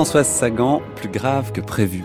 Françoise Sagan, plus grave que prévu.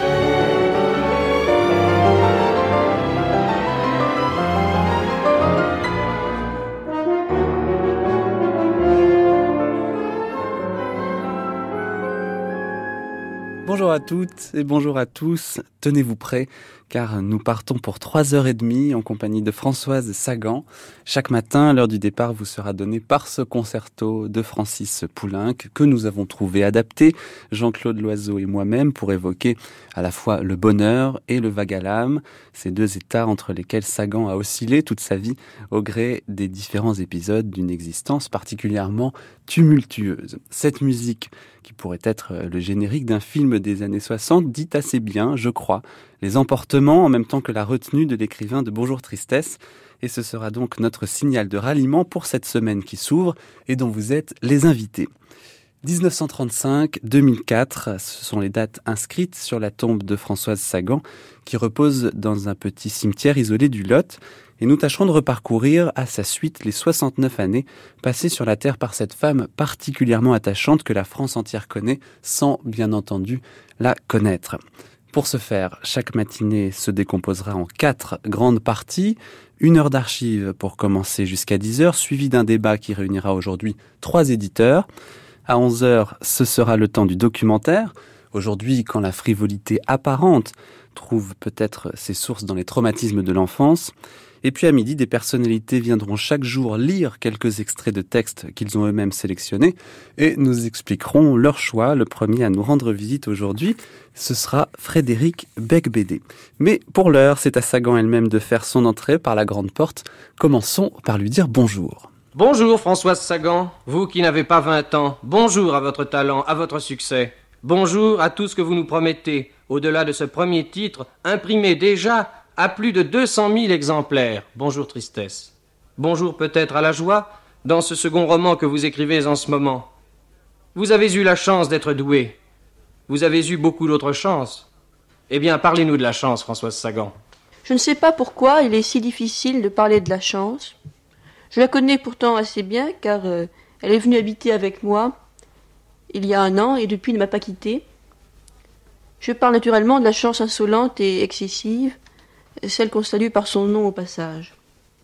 Bonjour à toutes et bonjour à tous, tenez-vous prêts car nous partons pour 3h30 en compagnie de Françoise Sagan. Chaque matin, l'heure du départ vous sera donnée par ce concerto de Francis Poulenc que nous avons trouvé adapté, Jean-Claude Loiseau et moi-même, pour évoquer à la fois le bonheur et le vague à l'âme, ces deux états entre lesquels Sagan a oscillé toute sa vie au gré des différents épisodes d'une existence particulièrement tumultueuse. Cette musique, qui pourrait être le générique d'un film des années 60, dit assez bien, je crois, les emportements en même temps que la retenue de l'écrivain de Bonjour Tristesse. Et ce sera donc notre signal de ralliement pour cette semaine qui s'ouvre et dont vous êtes les invités. 1935-2004, ce sont les dates inscrites sur la tombe de Françoise Sagan qui repose dans un petit cimetière isolé du Lot. Et nous tâcherons de reparcourir à sa suite les 69 années passées sur la Terre par cette femme particulièrement attachante que la France entière connaît sans, bien entendu, la connaître. Pour ce faire, chaque matinée se décomposera en 4 grandes parties. 1 heure d'archives pour commencer jusqu'à 10h, suivi d'un débat qui réunira aujourd'hui 3 éditeurs. À 11h, ce sera le temps du documentaire. Aujourd'hui, quand la frivolité apparente trouve peut-être ses sources dans les traumatismes de l'enfance. Et puis à midi, des personnalités viendront chaque jour lire quelques extraits de textes qu'ils ont eux-mêmes sélectionnés et nous expliqueront leur choix. Le premier à nous rendre visite aujourd'hui, ce sera Frédéric Beigbeder. Mais pour l'heure, c'est à Sagan elle-même de faire son entrée par la grande porte. Commençons par lui dire bonjour. Bonjour Françoise Sagan, vous qui n'avez pas 20 ans, bonjour à votre talent, à votre succès. Bonjour à tout ce que vous nous promettez, au-delà de ce premier titre, imprimé déjà à plus de 200 000 exemplaires. Bonjour Tristesse. Bonjour peut-être à la joie, dans ce second roman que vous écrivez en ce moment. Vous avez eu la chance d'être doué. Vous avez eu beaucoup d'autres chances. Eh bien, parlez-nous de la chance, Françoise Sagan. Je ne sais pas pourquoi il est si difficile de parler de la chance. Je la connais pourtant assez bien, car elle est venue habiter avec moi il y a 1 an et depuis ne m'a pas quittée. Je parle naturellement de la chance insolente et excessive, celle qu'on salue par son nom au passage.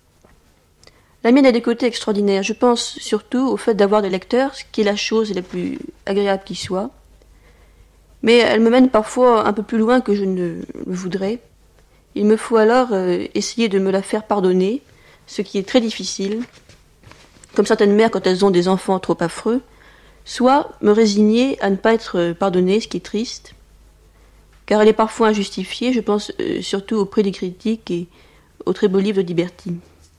La mienne a des côtés extraordinaires. Je pense surtout au fait d'avoir des lecteurs, ce qui est la chose la plus agréable qui soit. Mais elle me mène parfois un peu plus loin que je ne le voudrais. Il me faut alors essayer de me la faire pardonner, ce qui est très difficile, comme certaines mères quand elles ont des enfants trop affreux, soit me résigner à ne pas être pardonnée, ce qui est triste, car elle est parfois injustifiée, je pense surtout au prix des critiques et au très beau livre de Liberty.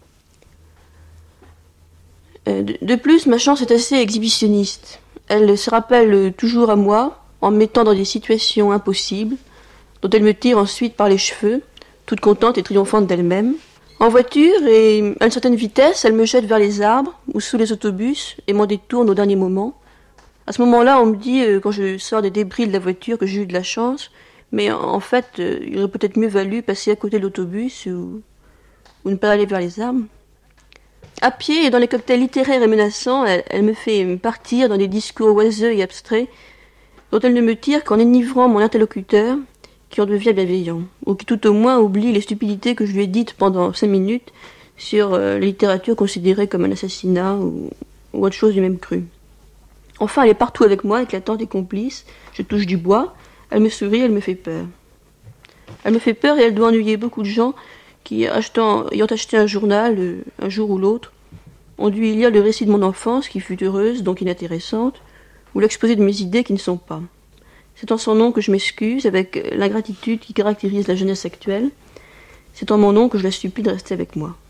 De plus, ma chance est assez exhibitionniste. Elle se rappelle toujours à moi, en me mettant dans des situations impossibles, dont elle me tire ensuite par les cheveux, toute contente et triomphante d'elle-même. En voiture et à une certaine vitesse, elle me jette vers les arbres ou sous les autobus et m'en détourne au dernier moment. À ce moment-là, on me dit, quand je sors des débris de la voiture, que j'ai eu de la chance. Mais en fait, il aurait peut-être mieux valu passer à côté de l'autobus ou ne pas aller vers les arbres. À pied et dans les cocktails littéraires et menaçants, elle me fait partir dans des discours oiseux et abstraits dont elle ne me tire qu'en enivrant mon interlocuteur, qui en devient bienveillant, ou qui tout au moins oublie les stupidités que je lui ai dites pendant 5 minutes sur la littérature considérée comme un assassinat ou autre chose du même cru. Enfin, elle est partout avec moi, éclatante et complice. Je touche du bois. Elle me sourit, elle me fait peur. Elle me fait peur et elle doit ennuyer beaucoup de gens qui, ayant acheté un journal, un jour ou l'autre, ont dû y lire le récit de mon enfance qui fut heureuse, donc inintéressante, ou l'exposé de mes idées qui ne sont pas. C'est en son nom que je m'excuse, avec l'ingratitude qui caractérise la jeunesse actuelle. C'est en mon nom que je la supplie de rester avec moi.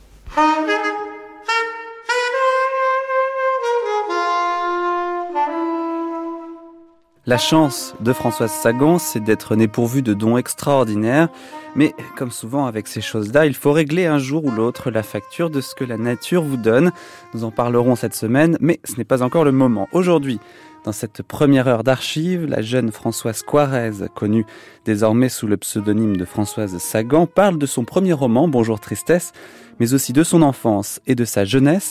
La chance de Françoise Sagan, c'est d'être née pourvue de dons extraordinaires. Mais comme souvent avec ces choses-là, il faut régler un jour ou l'autre la facture de ce que la nature vous donne. Nous en parlerons cette semaine, mais ce n'est pas encore le moment. Aujourd'hui, dans cette première heure d'archives, la jeune Françoise Coirez, connue désormais sous le pseudonyme de Françoise Sagan, parle de son premier roman, Bonjour Tristesse, mais aussi de son enfance et de sa jeunesse.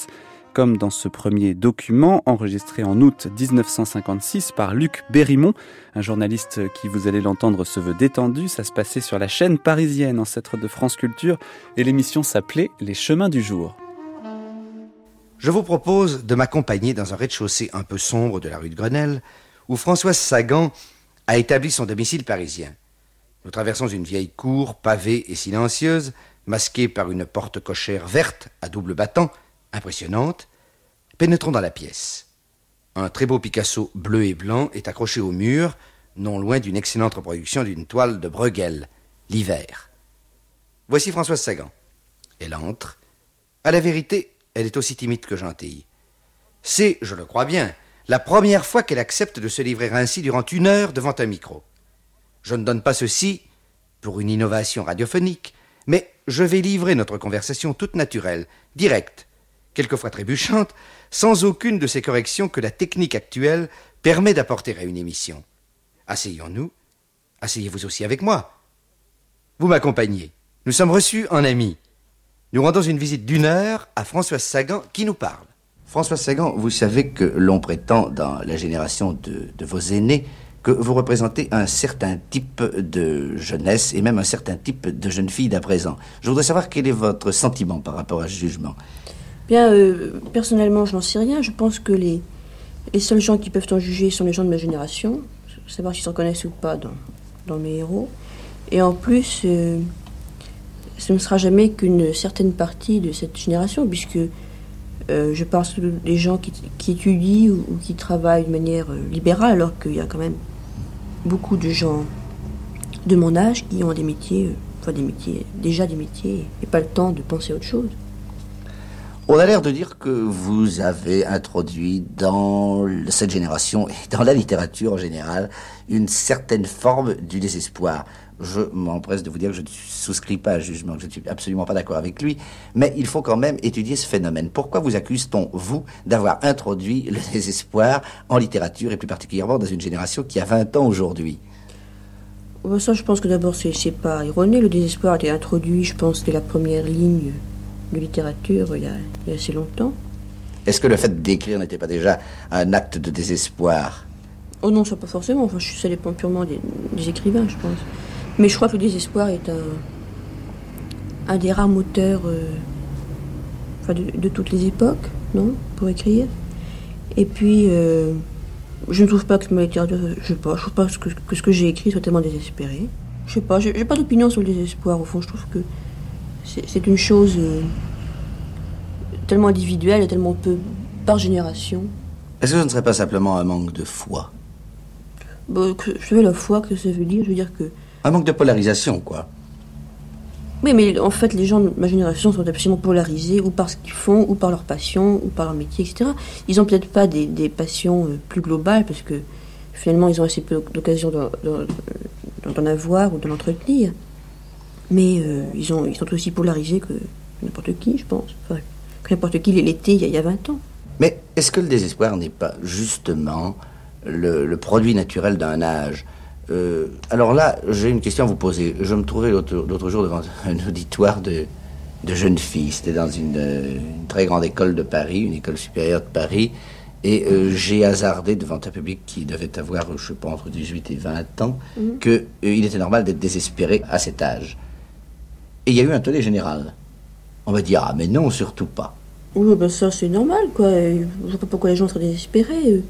comme dans ce premier document enregistré en août 1956 par Luc Berrimont, un journaliste qui, vous allez l'entendre, se veut détendu. Ça se passait sur la chaîne parisienne, ancêtre de France Culture, et l'émission s'appelait Les Chemins du Jour. Je vous propose de m'accompagner dans un rez-de-chaussée un peu sombre de la rue de Grenelle, où Françoise Sagan a établi son domicile parisien. Nous traversons une vieille cour pavée et silencieuse, masquée par une porte cochère verte à double battant, impressionnante. Pénétrons dans la pièce. Un très beau Picasso bleu et blanc est accroché au mur, non loin d'une excellente reproduction d'une toile de Bruegel, L'hiver. Voici Françoise Sagan. Elle entre. À la vérité, elle est aussi timide que gentille. C'est, je le crois bien, la première fois qu'elle accepte de se livrer ainsi durant 1 heure devant un micro. Je ne donne pas ceci pour une innovation radiophonique, mais je vais livrer notre conversation toute naturelle, directe, quelquefois trébuchante, sans aucune de ces corrections que la technique actuelle permet d'apporter à une émission. Asseyons-nous, asseyez-vous aussi avec moi. Vous m'accompagnez, nous sommes reçus en amis. Nous rendons une visite d'1 heure à Françoise Sagan qui nous parle. Françoise Sagan, vous savez que l'on prétend dans la génération de vos aînés que vous représentez un certain type de jeunesse et même un certain type de jeune fille d'à présent. Je voudrais savoir quel est votre sentiment par rapport à ce jugement. Bien, personnellement, je n'en sais rien. Je pense que les seuls gens qui peuvent en juger sont les gens de ma génération, savoir s'ils s'en connaissent ou pas dans mes héros. Et en plus, ce ne sera jamais qu'une certaine partie de cette génération, puisque je parle des gens qui étudient ou qui travaillent de manière libérale, alors qu'il y a quand même beaucoup de gens de mon âge qui ont des métiers, et pas le temps de penser à autre chose. On a l'air de dire que vous avez introduit dans cette génération et dans la littérature en général une certaine forme du désespoir. Je m'empresse de vous dire que je ne souscris pas à un jugement, que je ne suis absolument pas d'accord avec lui, mais il faut quand même étudier ce phénomène. Pourquoi vous accuse-t-on, vous, d'avoir introduit le désespoir en littérature, et plus particulièrement dans une génération qui a 20 ans aujourd'hui? Ça, je pense que d'abord, c'est pas erroné. Le désespoir a été introduit, je pense, dès la première ligne de littérature il y a assez longtemps. Est-ce que le fait d'écrire n'était pas déjà un acte de désespoir? Oh non, ça pas forcément. Enfin, ça dépend purement des écrivains, je pense. Mais je crois que le désespoir est un des rares moteurs de toutes les époques, non, pour écrire. Et puis, je ne trouve pas que ma littérature, je trouve pas que ce que j'ai écrit soit tellement désespéré. Je sais pas, j'ai pas d'opinion sur le désespoir, au fond. Je trouve que c'est une chose tellement individuelle et tellement peu par génération. Est-ce que ce ne serait pas simplement un manque de foi? Vous savez, la foi, que ça veut dire? Je veux dire que... Un manque de polarisation, quoi. Oui, mais en fait, les gens de ma génération sont absolument polarisés, ou par ce qu'ils font, ou par leur passion, ou par leur métier, etc. Ils n'ont peut-être pas des passions plus globales, parce que finalement, ils ont assez peu d'occasion d'en avoir ou d'en entretenir. Mais ils sont aussi polarisés que n'importe qui, je pense. Enfin, que n'importe qui l'était il y a 20 ans. Mais est-ce que le désespoir n'est pas justement le produit naturel d'un âge? Alors là, j'ai une question à vous poser. Je me trouvais l'autre jour devant un auditoire de jeunes filles. C'était dans une très grande école de Paris, une école supérieure de Paris. Et j'ai hasardé devant un public qui devait avoir, je ne sais pas, entre 18 et 20 ans, qu'il était normal d'être désespéré à cet âge. Et il y a eu un tollé général. On va dire, ah mais non, surtout pas. Oui, ben ça c'est normal, quoi. Je ne vois pas pourquoi les gens seraient désespérés.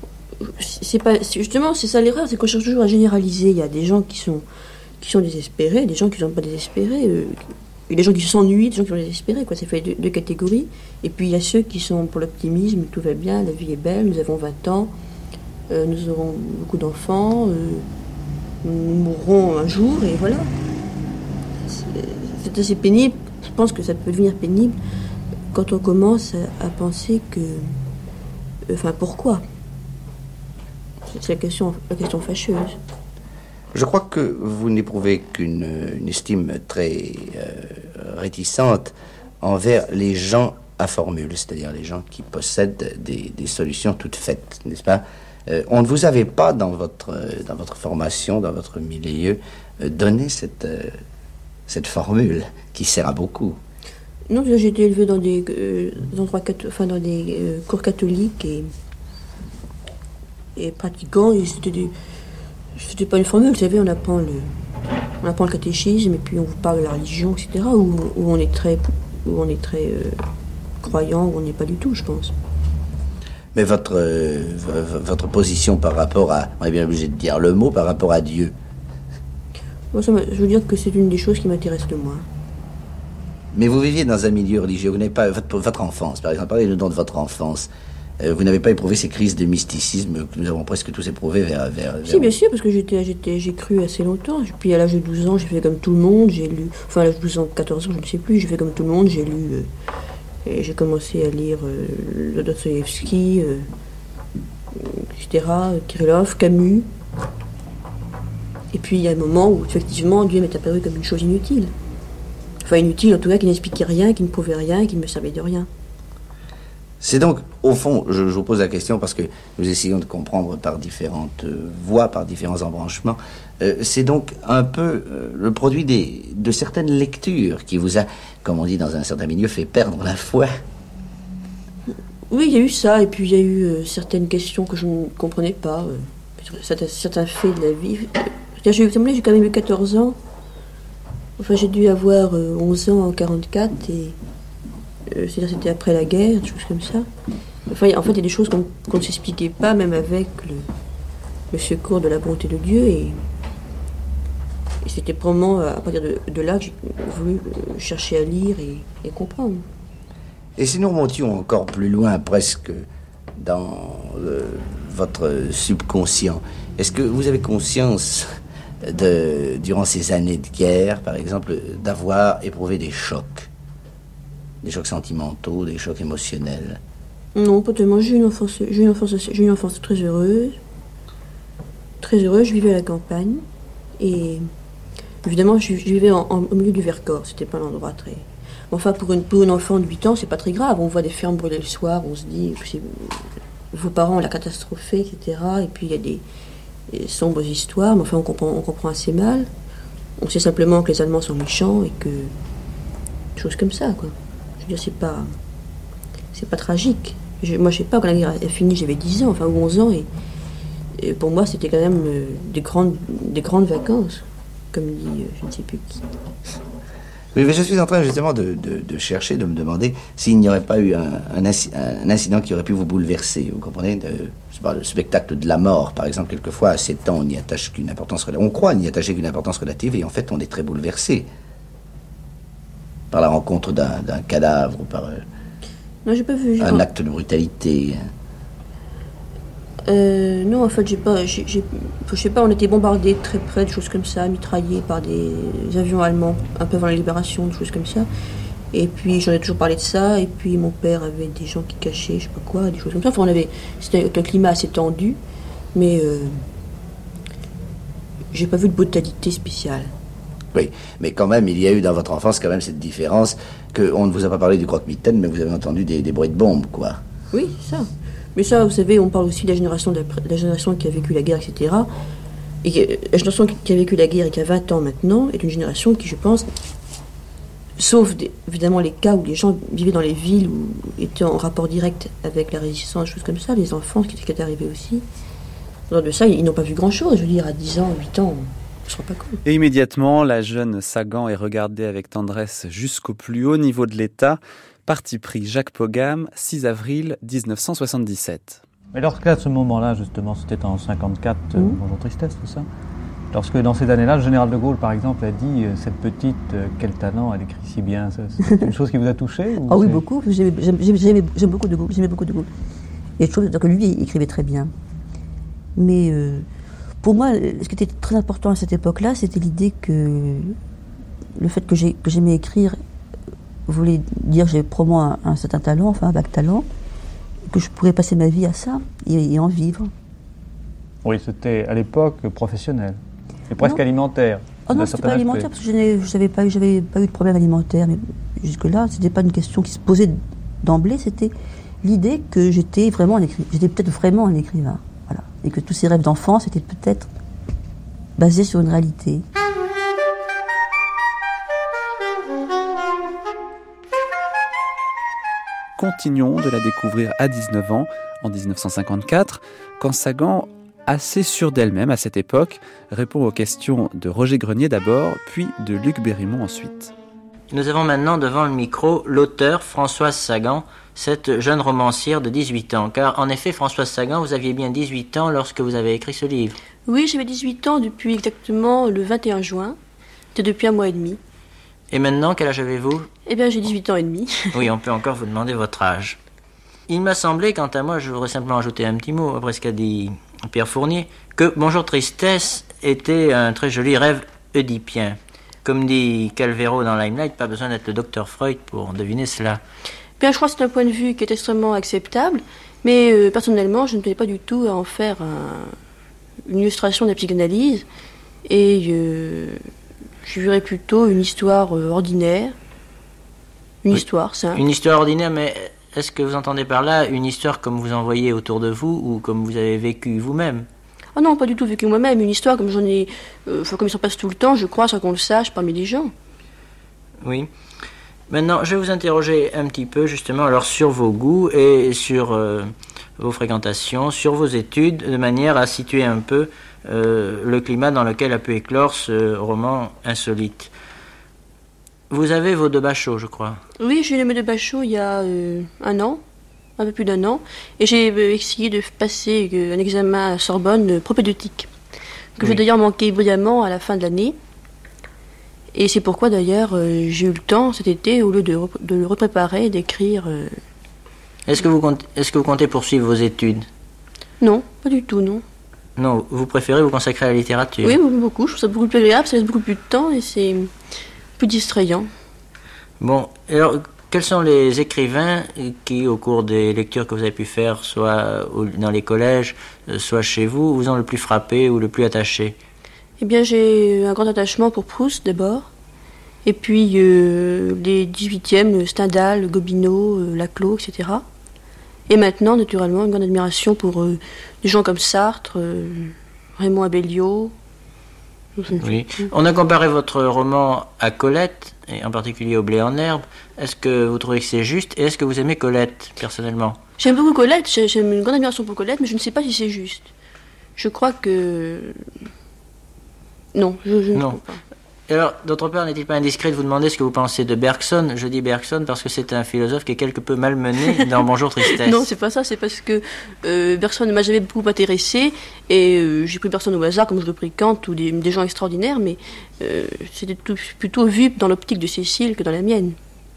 Justement, c'est ça l'erreur, c'est qu'on cherche toujours à généraliser. Il y a des gens qui sont désespérés, des gens qui ne sont pas désespérés, et des gens qui s'ennuient, des gens qui sont désespérés, quoi. C'est fait deux catégories. Et puis il y a ceux qui sont pour l'optimisme, tout va bien, la vie est belle, nous avons 20 ans, nous aurons beaucoup d'enfants, nous mourrons un jour, et voilà. C'est assez pénible. Je pense que ça peut devenir pénible quand on commence à penser que... Enfin, pourquoi? C'est la question fâcheuse. Je crois que vous n'éprouvez qu'une estime très réticente envers les gens à formule, c'est-à-dire les gens qui possèdent des solutions toutes faites, n'est-ce pas? On ne vous avait pas, dans votre formation, dans votre milieu, donné cette formule qui sert à beaucoup. Non, j'ai été élevée dans des endroits, dans des cours catholiques et pratiquants. Et c'était pas une formule, vous savez, on apprend le catéchisme et puis on vous parle de la religion, etc. Où on est très croyant, où on n'est pas du tout, je pense. Mais votre position par rapport à, on est bien obligé de dire le mot, par rapport à Dieu. Moi, je veux dire que c'est une des choses qui m'intéresse le moins. Mais vous viviez dans un milieu religieux, vous n'avez pas votre enfance, par exemple, parlez-nous donc de votre enfance. Vous n'avez pas éprouvé ces crises de mysticisme que nous avons presque tous éprouvées vers... Si, bien sûr, parce que j'ai cru assez longtemps. Puis à l'âge de 12 ans, j'ai fait comme tout le monde, j'ai lu... Enfin, à l'âge de 12 ans, 14 ans, je ne sais plus, j'ai fait comme tout le monde, j'ai lu... et j'ai commencé à lire Dostoïevski, etc., Kirillov, Camus. Et puis il y a un moment où, effectivement, Dieu m'est apparu comme une chose inutile. Enfin, inutile, en tout cas, qui n'expliquait rien, qui ne prouvait rien, qui ne me servait de rien. C'est donc, au fond, je vous pose la question parce que nous essayons de comprendre par différentes voies, par différents embranchements. C'est donc un peu le produit de certaines lectures qui vous a, comme on dit dans un certain milieu, fait perdre la foi. Oui, il y a eu ça, et puis il y a eu certaines questions que je ne comprenais pas, certains faits de la vie. J'ai quand même eu 14 ans. Enfin, j'ai dû avoir 11 ans en 44 et c'est-à-dire c'était après la guerre, des choses comme ça. Enfin, en fait, il y a des choses qu'on ne s'expliquait pas, même avec le secours de la bonté de Dieu. Et c'était probablement à partir de là que j'ai voulu chercher à lire et comprendre. Et si nous remontions encore plus loin, presque dans votre subconscient, est-ce que vous avez conscience durant ces années de guerre, par exemple, d'avoir éprouvé des chocs sentimentaux, des chocs émotionnels? Non, pas tellement. J'ai eu une enfance très heureuse. Très heureuse, je vivais à la campagne. Et évidemment, je vivais au milieu du Vercors. C'était pas un endroit très... Enfin, pour une enfant de 8 ans, c'est pas très grave. On voit des fermes brûler le soir, on se dit... Vos parents ont la catastrophée, etc. Et puis il y a des sombres histoires, mais enfin on comprend assez mal. On sait simplement que les Allemands sont méchants et que... choses comme ça, quoi. Je veux dire, c'est pas tragique. Moi, je sais pas, quand la guerre est finie, j'avais 10 ans, enfin, ou 11 ans, et pour moi, c'était quand même des grandes vacances, comme dit je ne sais plus qui. Oui, mais je suis en train justement de chercher, de me demander s'il n'y aurait pas eu un incident qui aurait pu vous bouleverser, vous comprenez? Le spectacle de la mort, par exemple, quelquefois, à 7 ans, on n'y attache qu'une importance relative. On croit n'y attacher qu'une importance relative, et en fait, on est très bouleversé par la rencontre d'un cadavre ou par non, j'ai pas vu, un acte de brutalité. Non, en fait, je sais pas, on était bombardés très près, des choses comme ça, mitraillés par des avions allemands, un peu avant la libération, des choses comme ça. Et puis, j'en ai toujours parlé de ça, et puis mon père avait des gens qui cachaient, je sais pas quoi, des choses comme ça. Enfin, c'était un climat assez tendu, mais j'ai pas vu de brutalité spéciale. Oui, mais quand même, il y a eu dans votre enfance quand même cette différence qu'on ne vous a pas parlé du croque-mitaine, mais vous avez entendu des bruits de bombes, quoi. Oui, ça. Mais ça, vous savez, on parle aussi de la génération qui a vécu la guerre, etc. Et la génération qui a vécu la guerre et qui a 20 ans maintenant est une génération qui, je pense, sauf évidemment les cas où les gens vivaient dans les villes ou étaient en rapport direct avec la résistance, des choses comme ça, les enfants, ce qui est arrivé aussi. Dans de ça, ils n'ont pas vu grand-chose. Je veux dire, à 10 ans, 8 ans... Et immédiatement, la jeune Sagan est regardée avec tendresse jusqu'au plus haut niveau de l'État. Parti pris Jacques Pogam, 6 avril 1977. Mais lorsqu'à ce moment-là, justement, c'était en 54, Bonjour Tristesse, tout ça, lorsque dans ces années-là, le général de Gaulle, par exemple, a dit « Cette petite, quel talent, elle écrit si bien », c'est une chose qui vous a touché ou oui, beaucoup. J'aime beaucoup de Gaulle. J'aimais beaucoup de Gaulle. Et je trouve que lui, il écrivait très bien. Mais... pour moi, ce qui était très important à cette époque-là, c'était l'idée que le fait que j'aimais écrire voulait dire que j'avais probablement un certain talent, enfin un vague talent, que je pourrais passer ma vie à ça et en vivre. Oui, c'était à l'époque professionnel et presque alimentaire. Oh non, c'était pas alimentaire parce que j'avais pas eu de problème alimentaire, mais jusque-là, c'était pas une question qui se posait d'emblée, c'était l'idée que j'étais peut-être vraiment un écrivain. Voilà. Et que tous ces rêves d'enfance étaient peut-être basés sur une réalité. continuons de la découvrir à 19 ans, en 1954, quand Sagan, assez sûre d'elle-même à cette époque, répond aux questions de Roger Grenier d'abord, puis de Luc Bérimont ensuite. Nous avons maintenant devant le micro l'auteur Françoise Sagan, cette jeune romancière de 18 ans. Car en effet, Françoise Sagan, vous aviez bien 18 ans lorsque vous avez écrit ce livre. Oui, j'avais 18 ans depuis exactement le 21 juin. C'était depuis 1 mois et demi. Et maintenant, quel âge avez-vous ? Eh bien, j'ai 18 ans et demi. Oui, on peut encore vous demander votre âge. Il m'a semblé, quant à moi, je voudrais simplement ajouter un petit mot après ce qu'a dit Pierre Fournier, que Bonjour Tristesse était un très joli rêve oedipien. Comme dit Calvero dans Limelight, pas besoin d'être le docteur Freud pour deviner cela. Bien, je crois que c'est un point de vue qui est extrêmement acceptable, mais personnellement, je ne tenais pas du tout à en faire une illustration de la psychanalyse, et je verrais plutôt une histoire ordinaire, histoire simple. Une histoire ordinaire, mais est-ce que vous entendez par là une histoire comme vous en voyez autour de vous ou comme vous avez vécu vous-même ? Ah non, pas du tout vécu moi-même, une histoire comme j'en ai, comme il s'en passe tout le temps, je crois, sans qu'on le sache parmi les gens. Oui. Maintenant, je vais vous interroger un petit peu justement alors sur vos goûts et sur vos fréquentations, sur vos études, de manière à situer un peu le climat dans lequel a pu éclore ce roman insolite. Vous avez vos 2 bachots, je crois. Oui, j'ai eu mes 2 bachots il y a 1 an, un peu plus d'1 an, et j'ai essayé de passer un examen à Sorbonne propédeutique, que j'ai d'ailleurs manqué brillamment à la fin de l'année. Et c'est pourquoi d'ailleurs j'ai eu le temps cet été, au lieu de le repréparer, d'écrire. Est-ce que vous comptez poursuivre vos études ? Non, pas du tout, non. Non, vous préférez vous consacrer à la littérature ? Oui, beaucoup. Je trouve ça beaucoup plus agréable, ça laisse beaucoup plus de temps et c'est plus distrayant. Bon, alors quels sont les écrivains qui, au cours des lectures que vous avez pu faire, soit dans les collèges, soit chez vous, vous ont le plus frappé ou le plus attaché ? Eh bien, j'ai un grand attachement pour Proust, d'abord. Et puis, les 18e, Stendhal, Gobineau, Laclos, etc. Et maintenant, naturellement, une grande admiration pour des gens comme Sartre, Raymond Abellio. Oui. On a comparé votre roman à Colette, et en particulier au Blé en herbe. Est-ce que vous trouvez que c'est juste ? Et est-ce que vous aimez Colette, personnellement ? J'aime beaucoup Colette, j'ai une grande admiration pour Colette, mais je ne sais pas si c'est juste. Je crois que... Non, je ne trouve pas. Et alors, d'autre part, n'est-il pas indiscret de vous demander ce que vous pensez de Bergson ? Je dis Bergson parce que c'est un philosophe qui est quelque peu malmené dans Bonjour Tristesse. Non, c'est pas ça, c'est parce que Bergson ne m'a jamais beaucoup intéressé, et j'ai pris Bergson au hasard, comme je le pris Kant, ou des gens extraordinaires, mais c'était plutôt vu dans l'optique de Cécile que dans la mienne.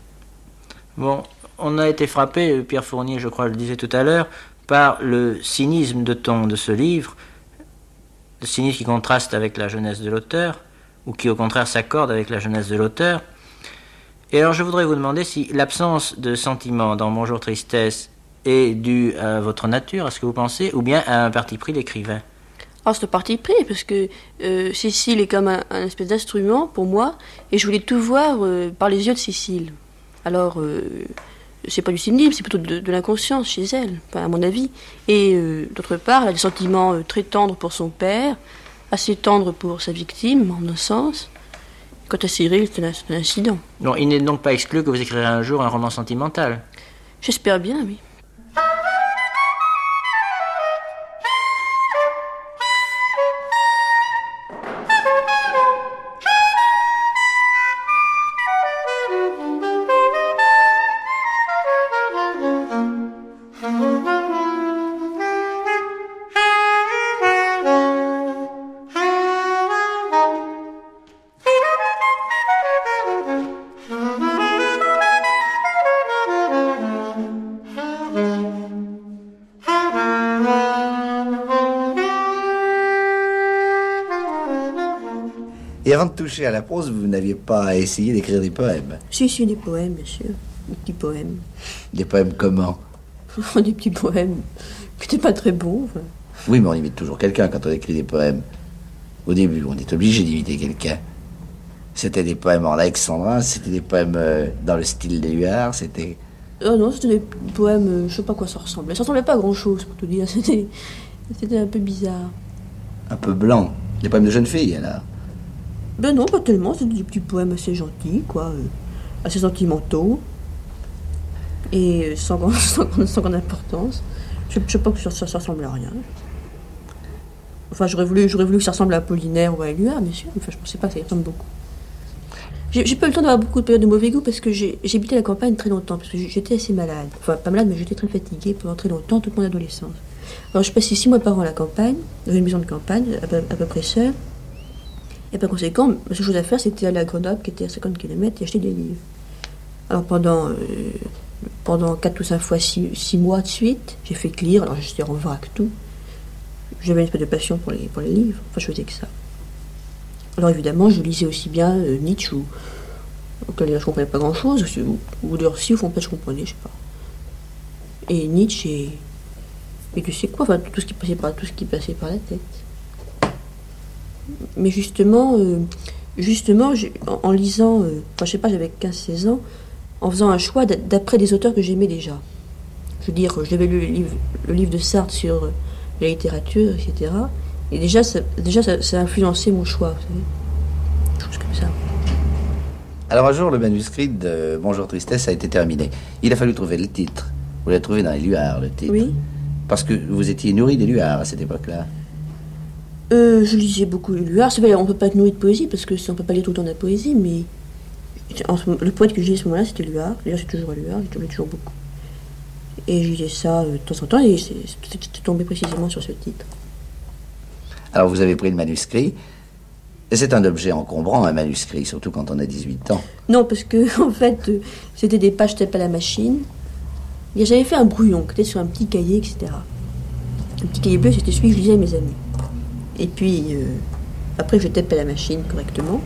Bon, on a été frappé, Pierre Fournier, je crois, le disait tout à l'heure, par le cynisme de ton de ce livre, le cynisme qui contraste avec la jeunesse de l'auteur, ou qui au contraire s'accorde avec la jeunesse de l'auteur. Et alors je voudrais vous demander si l'absence de sentiments dans Bonjour Tristesse est due à votre nature, à ce que vous pensez, ou bien à un parti pris d'écrivain. Alors c'est un parti pris, parce que Cécile est comme un espèce d'instrument pour moi, et je voulais tout voir par les yeux de Cécile. Alors, c'est pas du cynisme, c'est plutôt de l'inconscience chez elle, à mon avis. Et d'autre part, elle a des sentiments très tendres pour son père, assez tendre pour sa victime, en un sens. Quant à Cyril, c'est un incident. Non, il n'est donc pas exclu que vous écrirez un jour un roman sentimental. J'espère bien, oui. Et avant de toucher à la prose, vous n'aviez pas essayé d'écrire des poèmes? Si, des poèmes, bien sûr. Des petits poèmes. Des poèmes comment? Des petits poèmes qui n'étaient pas très beaux. Enfin. Oui, mais on imite toujours quelqu'un quand on écrit des poèmes. Au début, on est obligé d'imiter quelqu'un. C'était des poèmes en alexandrin, c'était des poèmes dans le style des Huards, c'était... non, c'était des poèmes, je sais pas à quoi ça ressemblait. Ça ressemblait pas à grand-chose, pour te dire. C'était un peu bizarre. Un peu blanc. Des poèmes de jeunes filles, alors? Ben non, pas tellement. C'était des petits poèmes assez gentils, quoi. Assez sentimentaux. et sans grande importance. Je ne sais pas que ça ressemble à rien. Enfin, j'aurais voulu que ça ressemble à Apollinaire ou à Éluard, bien sûr. Enfin, je ne pensais pas que ça y ressemble beaucoup. J'ai pas eu le temps d'avoir beaucoup de périodes de mauvais goût parce que j'ai habité la campagne très longtemps, parce que j'étais assez malade. Enfin, pas malade, mais j'étais très fatiguée pendant très longtemps, toute mon adolescence. Alors, je passais 6 mois par an à la campagne, dans une maison de campagne, à peu près seule. Et par conséquent, la seule chose à faire, c'était aller à Grenoble, qui était à 50 km, et acheter des livres. Alors, pendant 4 ou 5 fois 6 mois de suite, j'ai fait que lire, alors j'étais en vrac tout. J'avais une espèce de passion pour les livres, enfin je faisais que ça. Alors évidemment, je lisais aussi bien Nietzsche, auquel je ne comprenais pas grand-chose, ou d'ailleurs si, au fond, peut-être je comprenais, je sais pas. Et Nietzsche, et tu sais quoi, enfin tout ce qui passait par la tête. Mais justement, en lisant, enfin je sais pas, j'avais 15-16 ans, en faisant un choix d'après des auteurs que j'aimais déjà. Je veux dire, j'avais lu le livre de Sartre sur la littérature, etc. Et déjà, ça a influencé mon choix, vous savez. Des choses comme ça. Alors un jour, le manuscrit de Bonjour Tristesse a été terminé. Il a fallu trouver le titre. Vous l'avez trouvé dans Éluard, le titre. Oui. Parce que vous étiez nourri d'Éluard à cette époque-là. Je lisais beaucoup Éluard. C'est vrai, on ne peut pas être nourri de poésie, parce que on ne peut pas lire tout le temps de la poésie, mais le poète que j'ai à ce moment-là, c'était Éluard. D'ailleurs, c'est toujours Éluard, je lisais toujours beaucoup. Et je lisais ça de temps en temps, et c'est tombé précisément sur ce titre. Alors vous avez pris le manuscrit, et c'est un objet encombrant, un manuscrit, surtout quand on a 18 ans. Non, parce que, en fait, c'était des pages tapées à la machine. Et j'avais fait un brouillon, qui était sur un petit cahier, etc. Le petit cahier bleu, c'était celui que je lisais à mes amis. Et puis, après, je tapais à la machine correctement.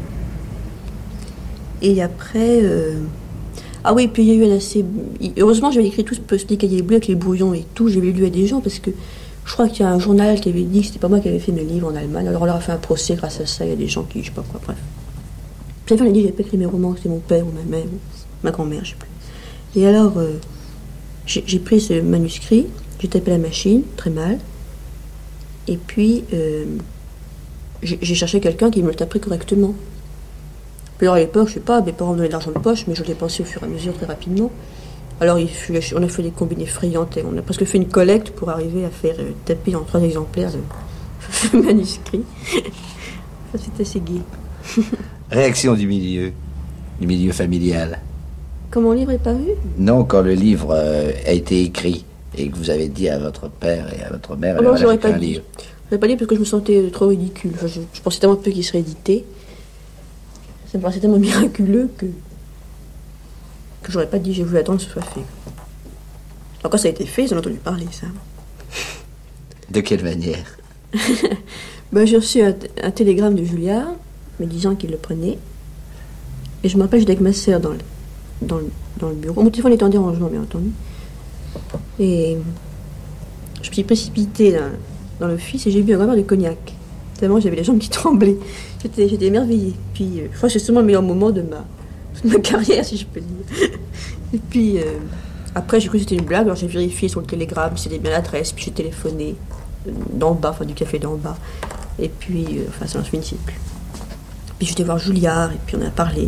Et après... Ah oui, puis il y a eu un assez... Heureusement, j'avais écrit tout ce petit cahier bleu avec les brouillons et tout. J'avais lu à des gens, parce que je crois qu'il y a un journal qui avait dit que c'était pas moi qui avais fait mes livres en Allemagne. Alors on leur a fait un procès grâce à ça. Il y a des gens qui, je sais pas quoi, bref. Puis enfin, on a dit que j'avais pas écrit mes romans, que c'était mon père ou ma mère, ou ma grand-mère, je sais plus. Et alors, j'ai pris ce manuscrit, j'ai tapé la machine, très mal. Et puis, j'ai cherché quelqu'un qui me le taperait correctement. Puis alors à l'époque, je sais pas, mes parents me donnaient de l'argent de poche, mais je le dépensais au fur et à mesure très rapidement. Alors on a fait des combines effrayantes, et on a presque fait une collecte pour arriver à faire taper en 3 exemplaires le manuscrit. Enfin, c'est assez gai. Réaction du milieu familial. Quand mon livre est paru ? Non, quand le livre a été écrit et que vous avez dit à votre père et à votre mère... Non, je n'aurais pas dit. Je n'aurais pas dit parce que je me sentais trop ridicule. Enfin, je pensais tellement peu qu'il serait édité. Ça me paraissait tellement miraculeux que j'aurais pas dit j'ai voulu attendre que ce soit fait. Alors quand ça a été fait, ils en ont entendu parler, ça. De quelle manière? J'ai reçu un télégramme de Julliard me disant qu'il le prenait. Et je me rappelle, j'étais avec ma sœur dans le bureau. Mon téléphone était en dérangement, bien entendu. Et je me suis précipitée dans l'office et j'ai bu un grand verre de cognac. Tellement j'avais les jambes qui tremblaient. J'étais émerveillée. Puis, je crois que c'est sûrement le meilleur moment de ma carrière, si je peux dire. Et puis, après, j'ai cru que c'était une blague. Alors, j'ai vérifié sur le télégramme si c'était bien l'adresse. Puis, j'ai téléphoné d'en bas, enfin, du café d'en bas. Et puis, ça n'en finissait plus. Puis, j'étais voir Julliard. Et puis, on a parlé.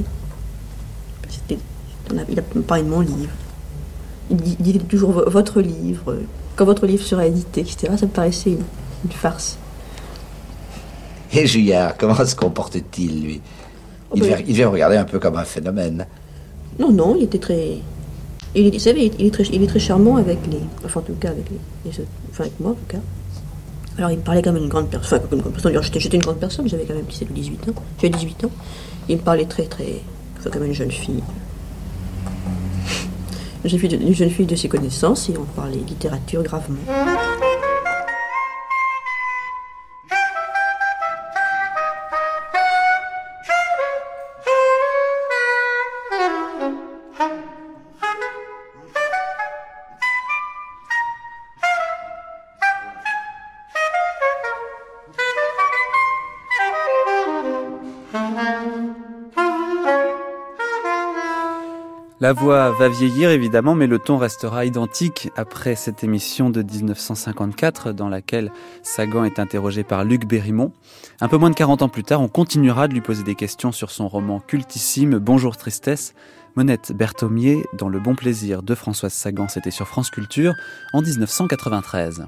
Il a parlé de mon livre. Il disait toujours votre livre. Quand votre livre sera édité, etc. Ça me paraissait une farce. Et Julliard, comment se comporte-t-il, lui? Il devait regarder un peu comme un phénomène. Non, il était très... Vous savez, il est très charmant avec les... Enfin, en tout cas, avec avec moi, en tout cas. Alors, il me parlait comme une grande personne. Enfin, comme une grande personne. J'étais une grande personne, j'avais quand même 17 ou 18 ans. J'avais 18 ans. Il me parlait très... Enfin, comme une jeune fille. Une jeune fille de ses connaissances, et on parlait littérature gravement. La voix va vieillir évidemment, mais le ton restera identique après cette émission de 1954 dans laquelle Sagan est interrogé par Luc Bérimont. Un peu moins de 40 ans plus tard, on continuera de lui poser des questions sur son roman cultissime Bonjour Tristesse, Monette Berthomier, dans Le Bon Plaisir de Françoise Sagan, c'était sur France Culture en 1993.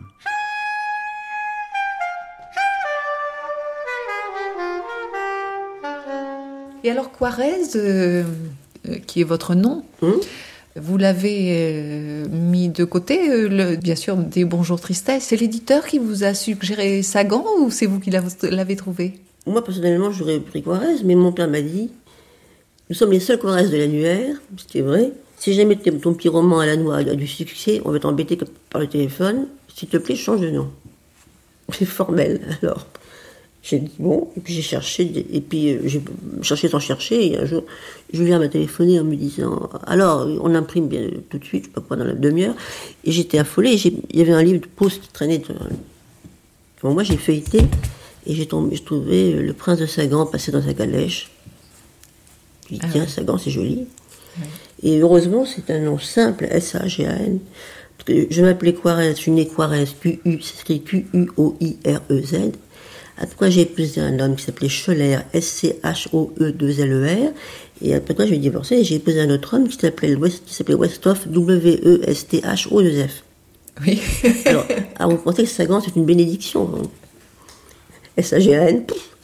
Et alors Coirez, qui est votre nom, vous l'avez mis de côté, bien sûr, des Bonjour Tristesse. C'est l'éditeur qui vous a suggéré Sagan ou c'est vous qui l'avez trouvé? Moi, personnellement, j'aurais pris Coirez, mais mon père m'a dit nous sommes les seuls Coirez de l'annuaire, ce qui est vrai. Si jamais ton petit roman à la noix a du succès, on va t'embêter par le téléphone. S'il te plaît, change de nom. C'est formel, alors. J'ai dit bon, et puis j'ai cherché, et puis j'ai cherché sans chercher, et un jour, Julien m'a téléphoné en me disant alors, on imprime bien tout de suite, je sais pas quoi, dans la demi-heure, et j'étais affolée, il y avait un livre de Proust qui traînait devant moi, j'ai feuilleté, et j'ai trouvé Le Prince de Sagan passé dans sa calèche. J'ai dit tiens, Sagan, c'est joli. Et heureusement, c'est un nom simple, S-A-G-A-N, parce que je m'appelais Coirez, je suis née Coirez, Q-U, c'est écrit Q-U-O-I-R-E-Z. Après, j'ai épousé un homme qui s'appelait Scholler, S-C-H-O-E-2-L-E-R. Et après quoi, je lui ai divorcé et j'ai épousé un autre homme qui s'appelait Westhoff, W-E-S-T-H-O-2-F. Oui. Alors, vous pensez que Sagan, c'est une bénédiction. Hein. S-A-G-A-N.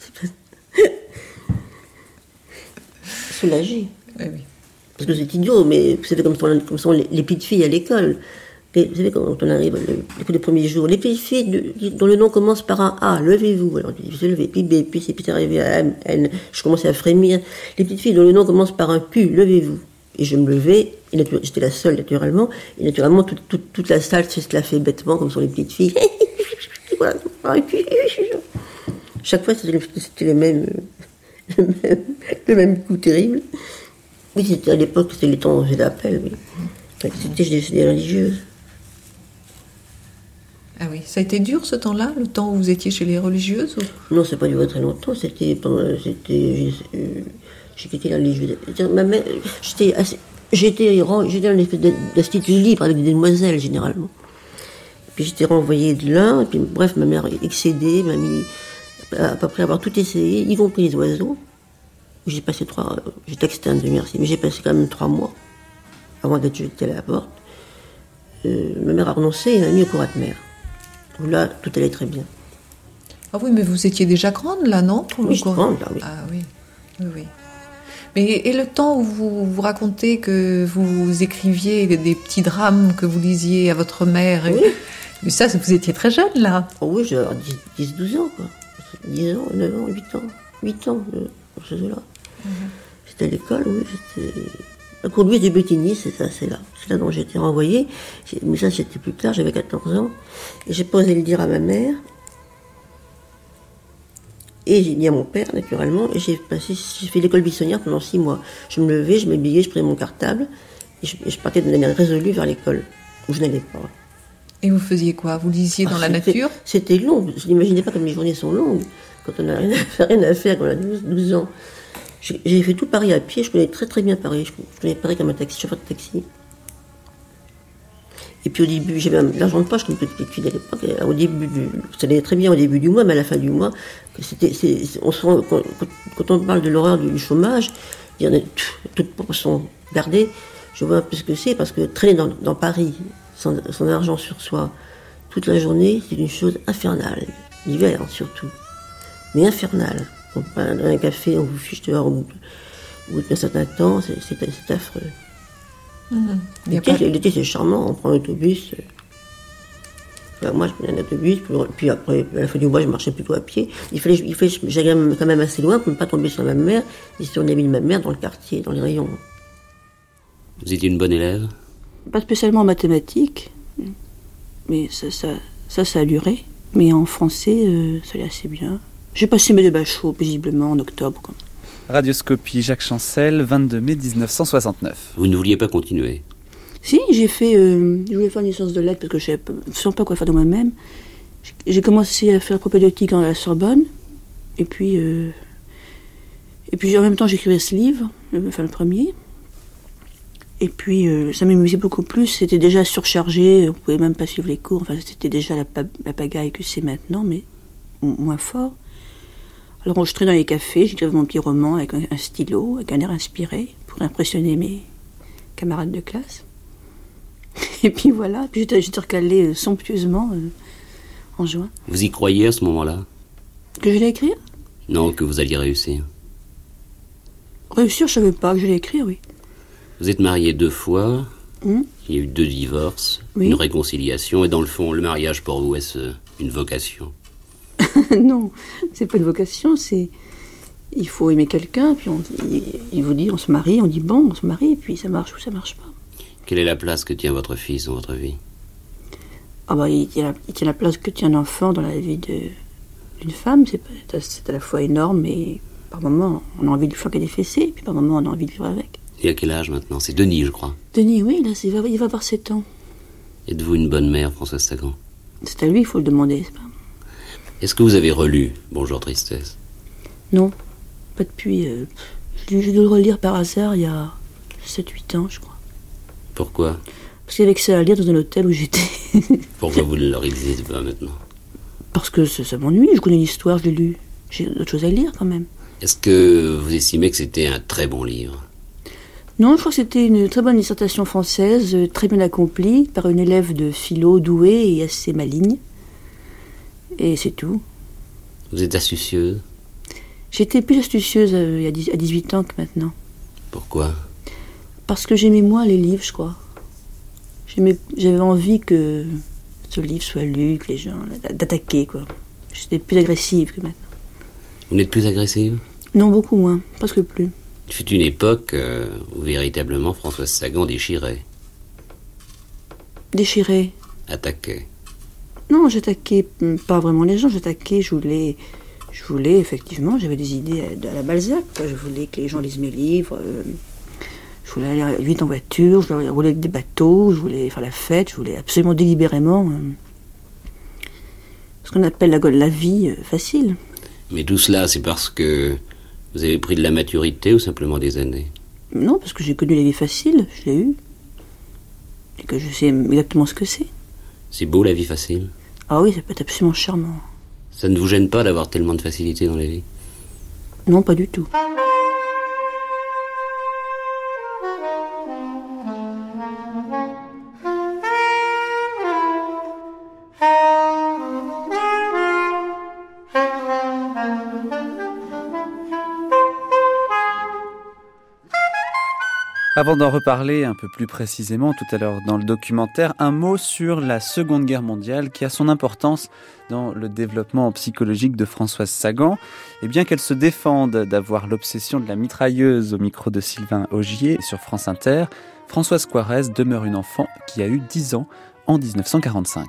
Soulagé. Oui. Parce que c'est idiot, mais vous savez comme sont les petites filles à l'école. Vous savez, quand on arrive les premiers jours, les petites filles dont le nom commence par un A, levez-vous. Alors je suis levé, puis B, puis c'est arrivé à M, N, je commençais à frémir. Les petites filles dont le nom commence par un Q, levez-vous. Et je me levais, et j'étais la seule naturellement, et naturellement toute la salle se la fait bêtement, comme sont les petites filles. Voilà, par un Q. Chaque fois, c'était le même coup terrible. Oui, c'était à l'époque, c'était les temps d'appel, oui. C'était des religieuses. Ah oui, ça a été dur ce temps-là, le temps où vous étiez chez les religieuses ou... Non, c'est pas duré très longtemps, j'ai quitté la religieux. Ma mère, j'étais dans une espèce d'institut libre avec des demoiselles, généralement. Puis j'étais renvoyée de là, et puis bref, ma mère excédée, m'a mis, à peu près avoir tout essayé, y compris les oiseaux. J'ai passé j'étais externe de merci, mais j'ai passé quand même 3 mois avant d'être jetée à la porte. Ma mère a renoncé et m'a mis au Corat de mer. Où là, tout allait très bien. Ah oui, mais vous étiez déjà grande, là, non? Oui, grande, là, oui. Ah oui, oui. Mais et le temps où vous racontez que vous écriviez des petits drames que vous lisiez à votre mère, oui. Mais ça, vous étiez très jeune, là. Oh oui, j'avais 10-12 ans, quoi. 10 ans, 9 ans, 8 ans, dans ce là. J'étais à l'école, oui, la conduite des Bétigny, c'est là. C'est là dont j'ai été renvoyée. Mais ça, c'était plus tard, j'avais 14 ans. Et j'ai posé le dire à ma mère. Et j'ai dit à mon père, naturellement. Et j'ai fait l'école buissonnière pendant 6 mois. Je me levais, je m'habillais, je prenais mon cartable. Et je partais de manière résolue vers l'école, où je n'allais pas. Et vous faisiez quoi? Vous lisiez dans la nature? C'était long. Je n'imaginais pas comme les journées sont longues. Quand on n'a rien à faire, quand on a 12 ans. J'ai fait tout Paris à pied, je connais très très bien Paris. Je connais Paris comme un chauffeur de taxi. Et puis au début, j'avais de l'argent de poche comme petite fille à l'époque. Au début, ça allait très bien au début du mois, mais à la fin du mois, quand on parle de l'horreur du chômage, il y en a toutes proportions gardées. Je vois un peu ce que c'est, parce que traîner dans Paris sans argent sur soi toute la journée, c'est une chose infernale. L'hiver surtout, mais infernale. On prend un café, on vous fiche dehors au bout d'un certain temps, c'est affreux. L'été, c'est charmant, on prend l'autobus. Moi, je prenais un autobus, puis après, à la fin du mois, je marchais plutôt à pied. J'allais quand même assez loin pour ne pas tomber sur ma mère, et sur l'ami de ma mère dans le quartier, dans les rayons. Vous étiez une bonne élève? Pas spécialement en mathématiques, mais ça a duré. Mais en français, ça allait assez bien. J'ai passé mes débats chauds, paisiblement, en octobre. Quoi. Radioscopie, Jacques Chancel, 22 mai 1969. Vous ne vouliez pas continuer? Si, je voulais faire une licence de lettres parce que je ne savais pas quoi faire de moi-même. J'ai commencé à faire propédeutique à la Sorbonne. Et puis en même temps, j'écrivais ce livre, enfin le premier. Et puis, ça m'amusait beaucoup plus. C'était déjà surchargé, on ne pouvait même pas suivre les cours. Enfin, c'était déjà la pagaille que c'est maintenant, mais moins fort. Alors, je traînais dans les cafés, j'écrivais mon petit roman avec un stylo, avec un air inspiré, pour impressionner camarade de classe. Et puis voilà, puis j'étais recalée somptueusement en juin. Vous y croyez à ce moment-là? Que j'allais écrire? Non, que vous alliez réussir. Réussir, je savais pas que j'allais écrire, oui. Vous êtes marié 2 fois, il y a eu 2 divorces, oui. Une réconciliation, et dans le fond, le mariage pour vous, est-ce une vocation? Non, c'est pas une vocation, c'est... Il faut aimer quelqu'un, puis il vous dit on se marie, on dit bon, on se marie, et puis ça marche ou ça marche pas. Quelle est la place que tient votre fils dans votre vie? Ah bah, il tient la place que tient un enfant dans la vie d'une femme, c'est à la fois énorme, mais par moments, on a envie de lui flanquer des fessées, puis par moments, on a envie de vivre avec. Et à quel âge maintenant? C'est Denis, je crois. Denis, oui, là, il va avoir 7 ans. Êtes-vous une bonne mère, Françoise Sagan? C'est à lui, il faut le demander, c'est pas... Est-ce que vous avez relu Bonjour Tristesse? Non, pas depuis... J'ai dû le relire par hasard il y a 7-8 ans, je crois. Pourquoi? Parce qu'il y avait que ça à lire dans un hôtel où j'étais. Pourquoi vous ne le relisez pas maintenant? Parce que ça m'ennuie, je connais l'histoire, je l'ai lu. J'ai d'autres choses à lire quand même. Est-ce que vous estimez que c'était un très bon livre? Non, je crois que c'était une très bonne dissertation française, très bien accomplie, par une élève de philo douée et assez maligne. Et c'est tout. Vous êtes astucieuse? J'étais plus astucieuse à 18 ans que maintenant. Pourquoi? Parce que j'aimais moins les livres, je crois. J'avais envie que ce livre soit lu, que les gens... d'attaquer, quoi. J'étais plus agressive que maintenant. Vous n'êtes plus agressive? Non, beaucoup moins, presque plus. Il fut une époque où véritablement Françoise Sagan déchirait. Déchirait? Attaquait. Non, j'attaquais pas vraiment les gens, j'attaquais, je voulais effectivement, j'avais des idées à la Balzac, quoi. Je voulais que les gens lisent mes livres, je voulais aller vite en voiture, je voulais rouler avec des bateaux, je voulais faire la fête, je voulais absolument délibérément ce qu'on appelle la vie facile. Mais tout cela, c'est parce que vous avez pris de la maturité ou simplement des années? Non, parce que j'ai connu la vie facile, je l'ai eue, et que je sais exactement ce que c'est. C'est beau la vie facile? Ah oui, ça peut être absolument charmant. Ça ne vous gêne pas d'avoir tellement de facilité dans la vie? Non, pas du tout. Avant d'en reparler un peu plus précisément tout à l'heure dans le documentaire, un mot sur la Seconde Guerre mondiale qui a son importance dans le développement psychologique de Françoise Sagan. Et bien qu'elle se défende d'avoir l'obsession de la mitrailleuse au micro de Sylvain Augier sur France Inter, Françoise Coirez demeure une enfant qui a eu 10 ans en 1945.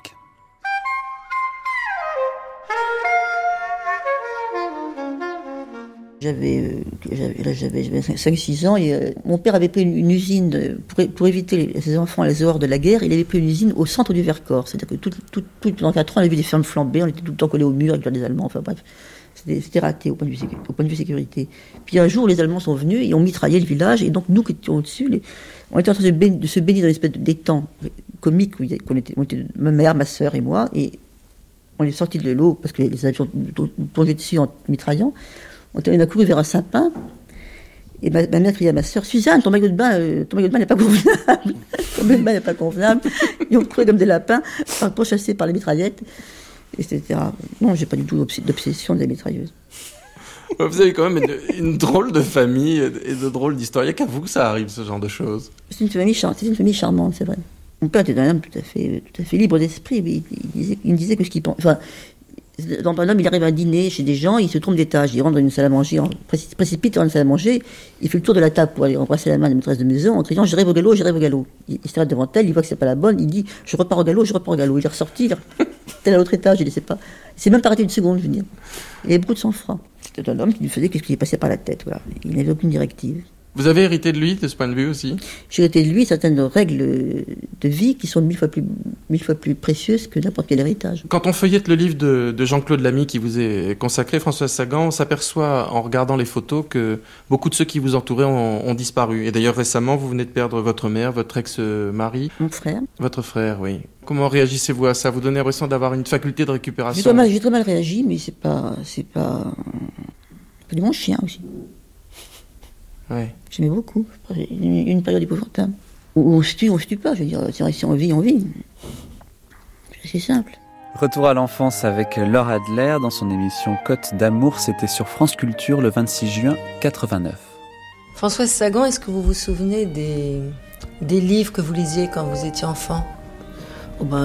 J'avais 5-6 ans et mon père avait pris une usine pour éviter ses enfants à les horreurs de la guerre. Il avait pris une usine au centre du Vercors. C'est-à-dire que pendant 4 ans, on avait vu des fermes flambées, on était tout le temps collés au mur avec les Allemands. Enfin bref, c'était raté au point de vue sécurité. Puis un jour, les Allemands sont venus et ont mitraillé le village. Et donc nous qui étions au-dessus, on était en train de se baigner dans une espèce d'étang comique où on était ma mère, ma sœur et moi. Et on est sortis de l'eau parce que les avions nous plongeaient dessus en mitraillant. On a couru vers un sapin, et ma mère criait à ma sœur, Suzanne, ton maillot de bain n'est pas convenable. Ton maillot de bain n'est pas convenable. Et on courait comme des lapins, pourchassés par les mitraillettes, etc. Non, j'ai pas du tout d'obsession des mitrailleuses. Vous avez quand même une drôle de famille et de drôles d'histoires. Il n'y a qu'à vous que ça arrive, ce genre de choses. C'est une famille charmante, c'est vrai. Mon père était un homme tout à fait libre d'esprit, mais il me disait que ce qu'il pense... Enfin, dans un homme, il arrive à un dîner chez des gens, il se trompe d'étage, il rentre dans une salle à manger, précipite dans une salle à manger, il fait le tour de la table pour aller embrasser la main de la maîtresse de maison en criant « J'irai au galop, j'irai au galop ». Il s'arrête devant elle, il voit que c'est pas la bonne, il dit « Je repars au galop, je repars au galop ». Il est ressorti, il était à l'autre étage, il s'est même pas arrêté une seconde, je veux dire. Il avait beaucoup de sang-froid. C'était un homme qui lui faisait ce qui lui passait par la tête, voilà. Il n'avait aucune directive. Vous avez hérité de lui, de ce point de vue aussi? J'ai hérité de lui certaines règles de vie qui sont 1000 fois plus précieuses que n'importe quel héritage. Quand on feuillette le livre de Jean-Claude Lamy qui vous est consacré, Françoise Sagan, on s'aperçoit en regardant les photos que beaucoup de ceux qui vous entouraient ont disparu. Et d'ailleurs récemment, vous venez de perdre votre mère, votre ex-mari. Mon frère. Votre frère, oui. Comment réagissez-vous à ça? Vous donnez l'impression d'avoir une faculté de récupération? J'ai très mal réagi, mais c'est pas mon chien aussi. Ouais. J'aimais beaucoup. Une période épouvantable. Ou on se tue pas, je veux dire, si on vit, on vit. C'est simple. Retour à l'enfance avec Laure Adler dans son émission Côte d'amour, c'était sur France Culture le 26 juin 89. Françoise Sagan, est-ce que vous vous souvenez des livres que vous lisiez quand vous étiez enfant? Quand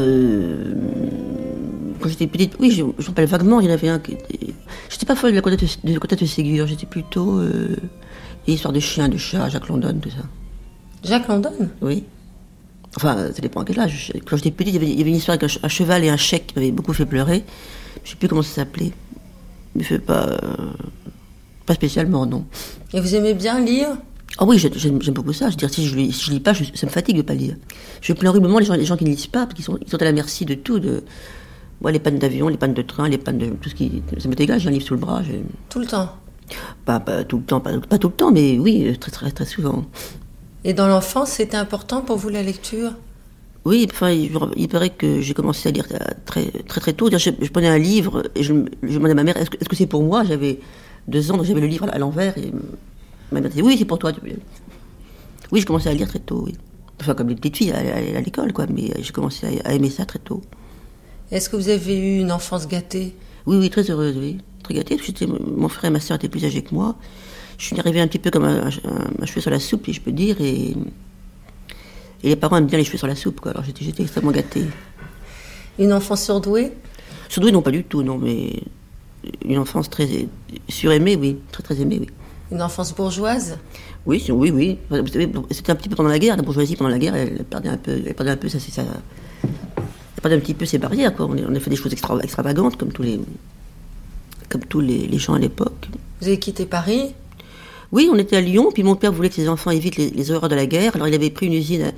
j'étais petite, oui, je me rappelle vaguement, il y en avait un qui était... J'étais pas folle de la Comtesse de Ségur, j'étais plutôt l'histoire de chiens, de chats, Jacques London, tout ça. Jacques London? Oui. Enfin, ça dépend à quel âge. Quand j'étais petite, il y avait une histoire avec un cheval et un chèque qui m'avait beaucoup fait pleurer. Je sais plus comment ça s'appelait. Mais pas spécialement, non. Et vous aimez bien lire? Ah oui, j'aime beaucoup ça. Je veux dire, si je lis pas, ça me fatigue de pas lire. Je plains horriblement les gens qui ne lisent pas, parce qu'ils sont à la merci de tout. Les pannes d'avion, les pannes de train, les pannes de... tout ce qui... Ça m'est égal, j'ai un livre sous le bras. Tout le temps? Pas tout le temps, pas tout le temps, mais oui, très, très, très souvent. Et dans l'enfance, c'était important pour vous la lecture? Oui, enfin, il paraît que j'ai commencé à lire très, très, très tôt. Je prenais un livre et je demandais à ma mère, est-ce que c'est pour moi? J'avais 2 ans, donc j'avais le livre à l'envers et ma mère disait, oui, c'est pour toi. Oui, je commençais à lire très tôt, oui. Enfin, comme les petites filles à l'école, quoi, mais j'ai commencé à aimer ça très tôt. Est-ce que vous avez eu une enfance gâtée? Oui, très heureuse, oui. Très gâtée, parce que mon frère et ma sœur étaient plus âgés que moi. Je suis arrivée un petit peu comme un cheveu sur la soupe, si je peux dire, et les parents aiment bien les cheveux sur la soupe, quoi. Alors j'étais extrêmement gâtée. Une enfance surdouée? Surdouée, non, pas du tout, non, mais une enfance très suraimée, oui, très très aimée, oui. Une enfance bourgeoise? Oui. Vous savez, c'était un petit peu pendant la guerre, la bourgeoisie pendant la guerre, elle perdait un peu ça. Elle perdait un petit peu ses barrières, quoi. On a fait des choses extravagantes, comme tous les gens à l'époque. Vous avez quitté Paris? Oui, on était à Lyon, puis mon père voulait que ses enfants évitent les horreurs de la guerre, alors il avait pris une usine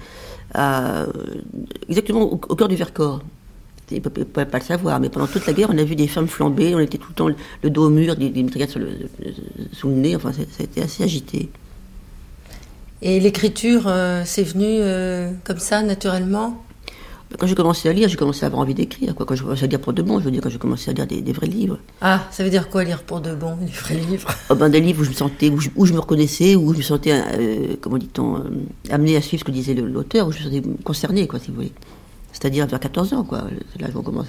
exactement au cœur du Vercors. Il ne pouvait pas le savoir, mais pendant toute la guerre, on a vu des femmes flamber, on était tout le temps le dos au mur, des mitraillettes sous le nez, enfin, ça a été assez agité. Et l'écriture, c'est venu comme ça, naturellement? Quand j'ai commencé à lire, j'ai commencé à avoir envie d'écrire, quoi. Quand j'ai commencé à lire pour de bon, je veux dire, quand j'ai commencé à lire des vrais livres. Ah, ça veut dire quoi, lire pour de bon, des vrais livres? Des livres où je me sentais, où je me reconnaissais, où je me sentais, comment dit-on, amenée à suivre ce que disait l'auteur, où je me sentais concernée, quoi, si vous voulez. C'est-à-dire vers 14 ans, quoi. Là,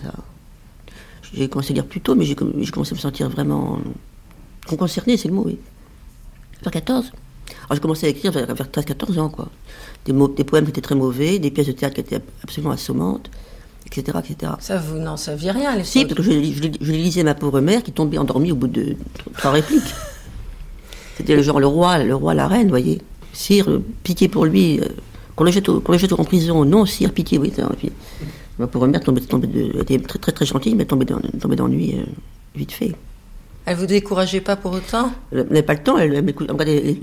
j'ai commencé à lire plus tôt, mais j'ai commencé à me sentir vraiment concernée, c'est le mot, oui. Vers 14. Alors j'ai commencé à écrire vers 13-14 ans, quoi. Des poèmes qui étaient très mauvais, des pièces de théâtre qui étaient absolument assommantes, etc., etc. Ça, vous n'en saviez rien, les Si, parce que je les lisais à ma pauvre mère qui tombait endormie au bout de 3 répliques. C'était le genre le roi, la reine, vous voyez. Sire, pitié pour lui, qu'on le jette en prison. Non, sire, pitié, oui. Puis, ma pauvre mère était très, très, très gentille, mais tombait d'ennui vite fait. Elle vous décourageait pas pour autant? Elle n'avait pas le temps, elle me regardait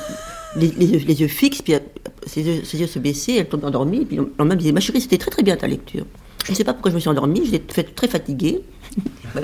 les yeux fixes, puis ses yeux se baissaient, elle tombait endormie, puis le lendemain elle me disait, ma chérie, c'était très très bien ta lecture. Je ne sais pas pourquoi je me suis endormie, j'étais très fatiguée. Voilà.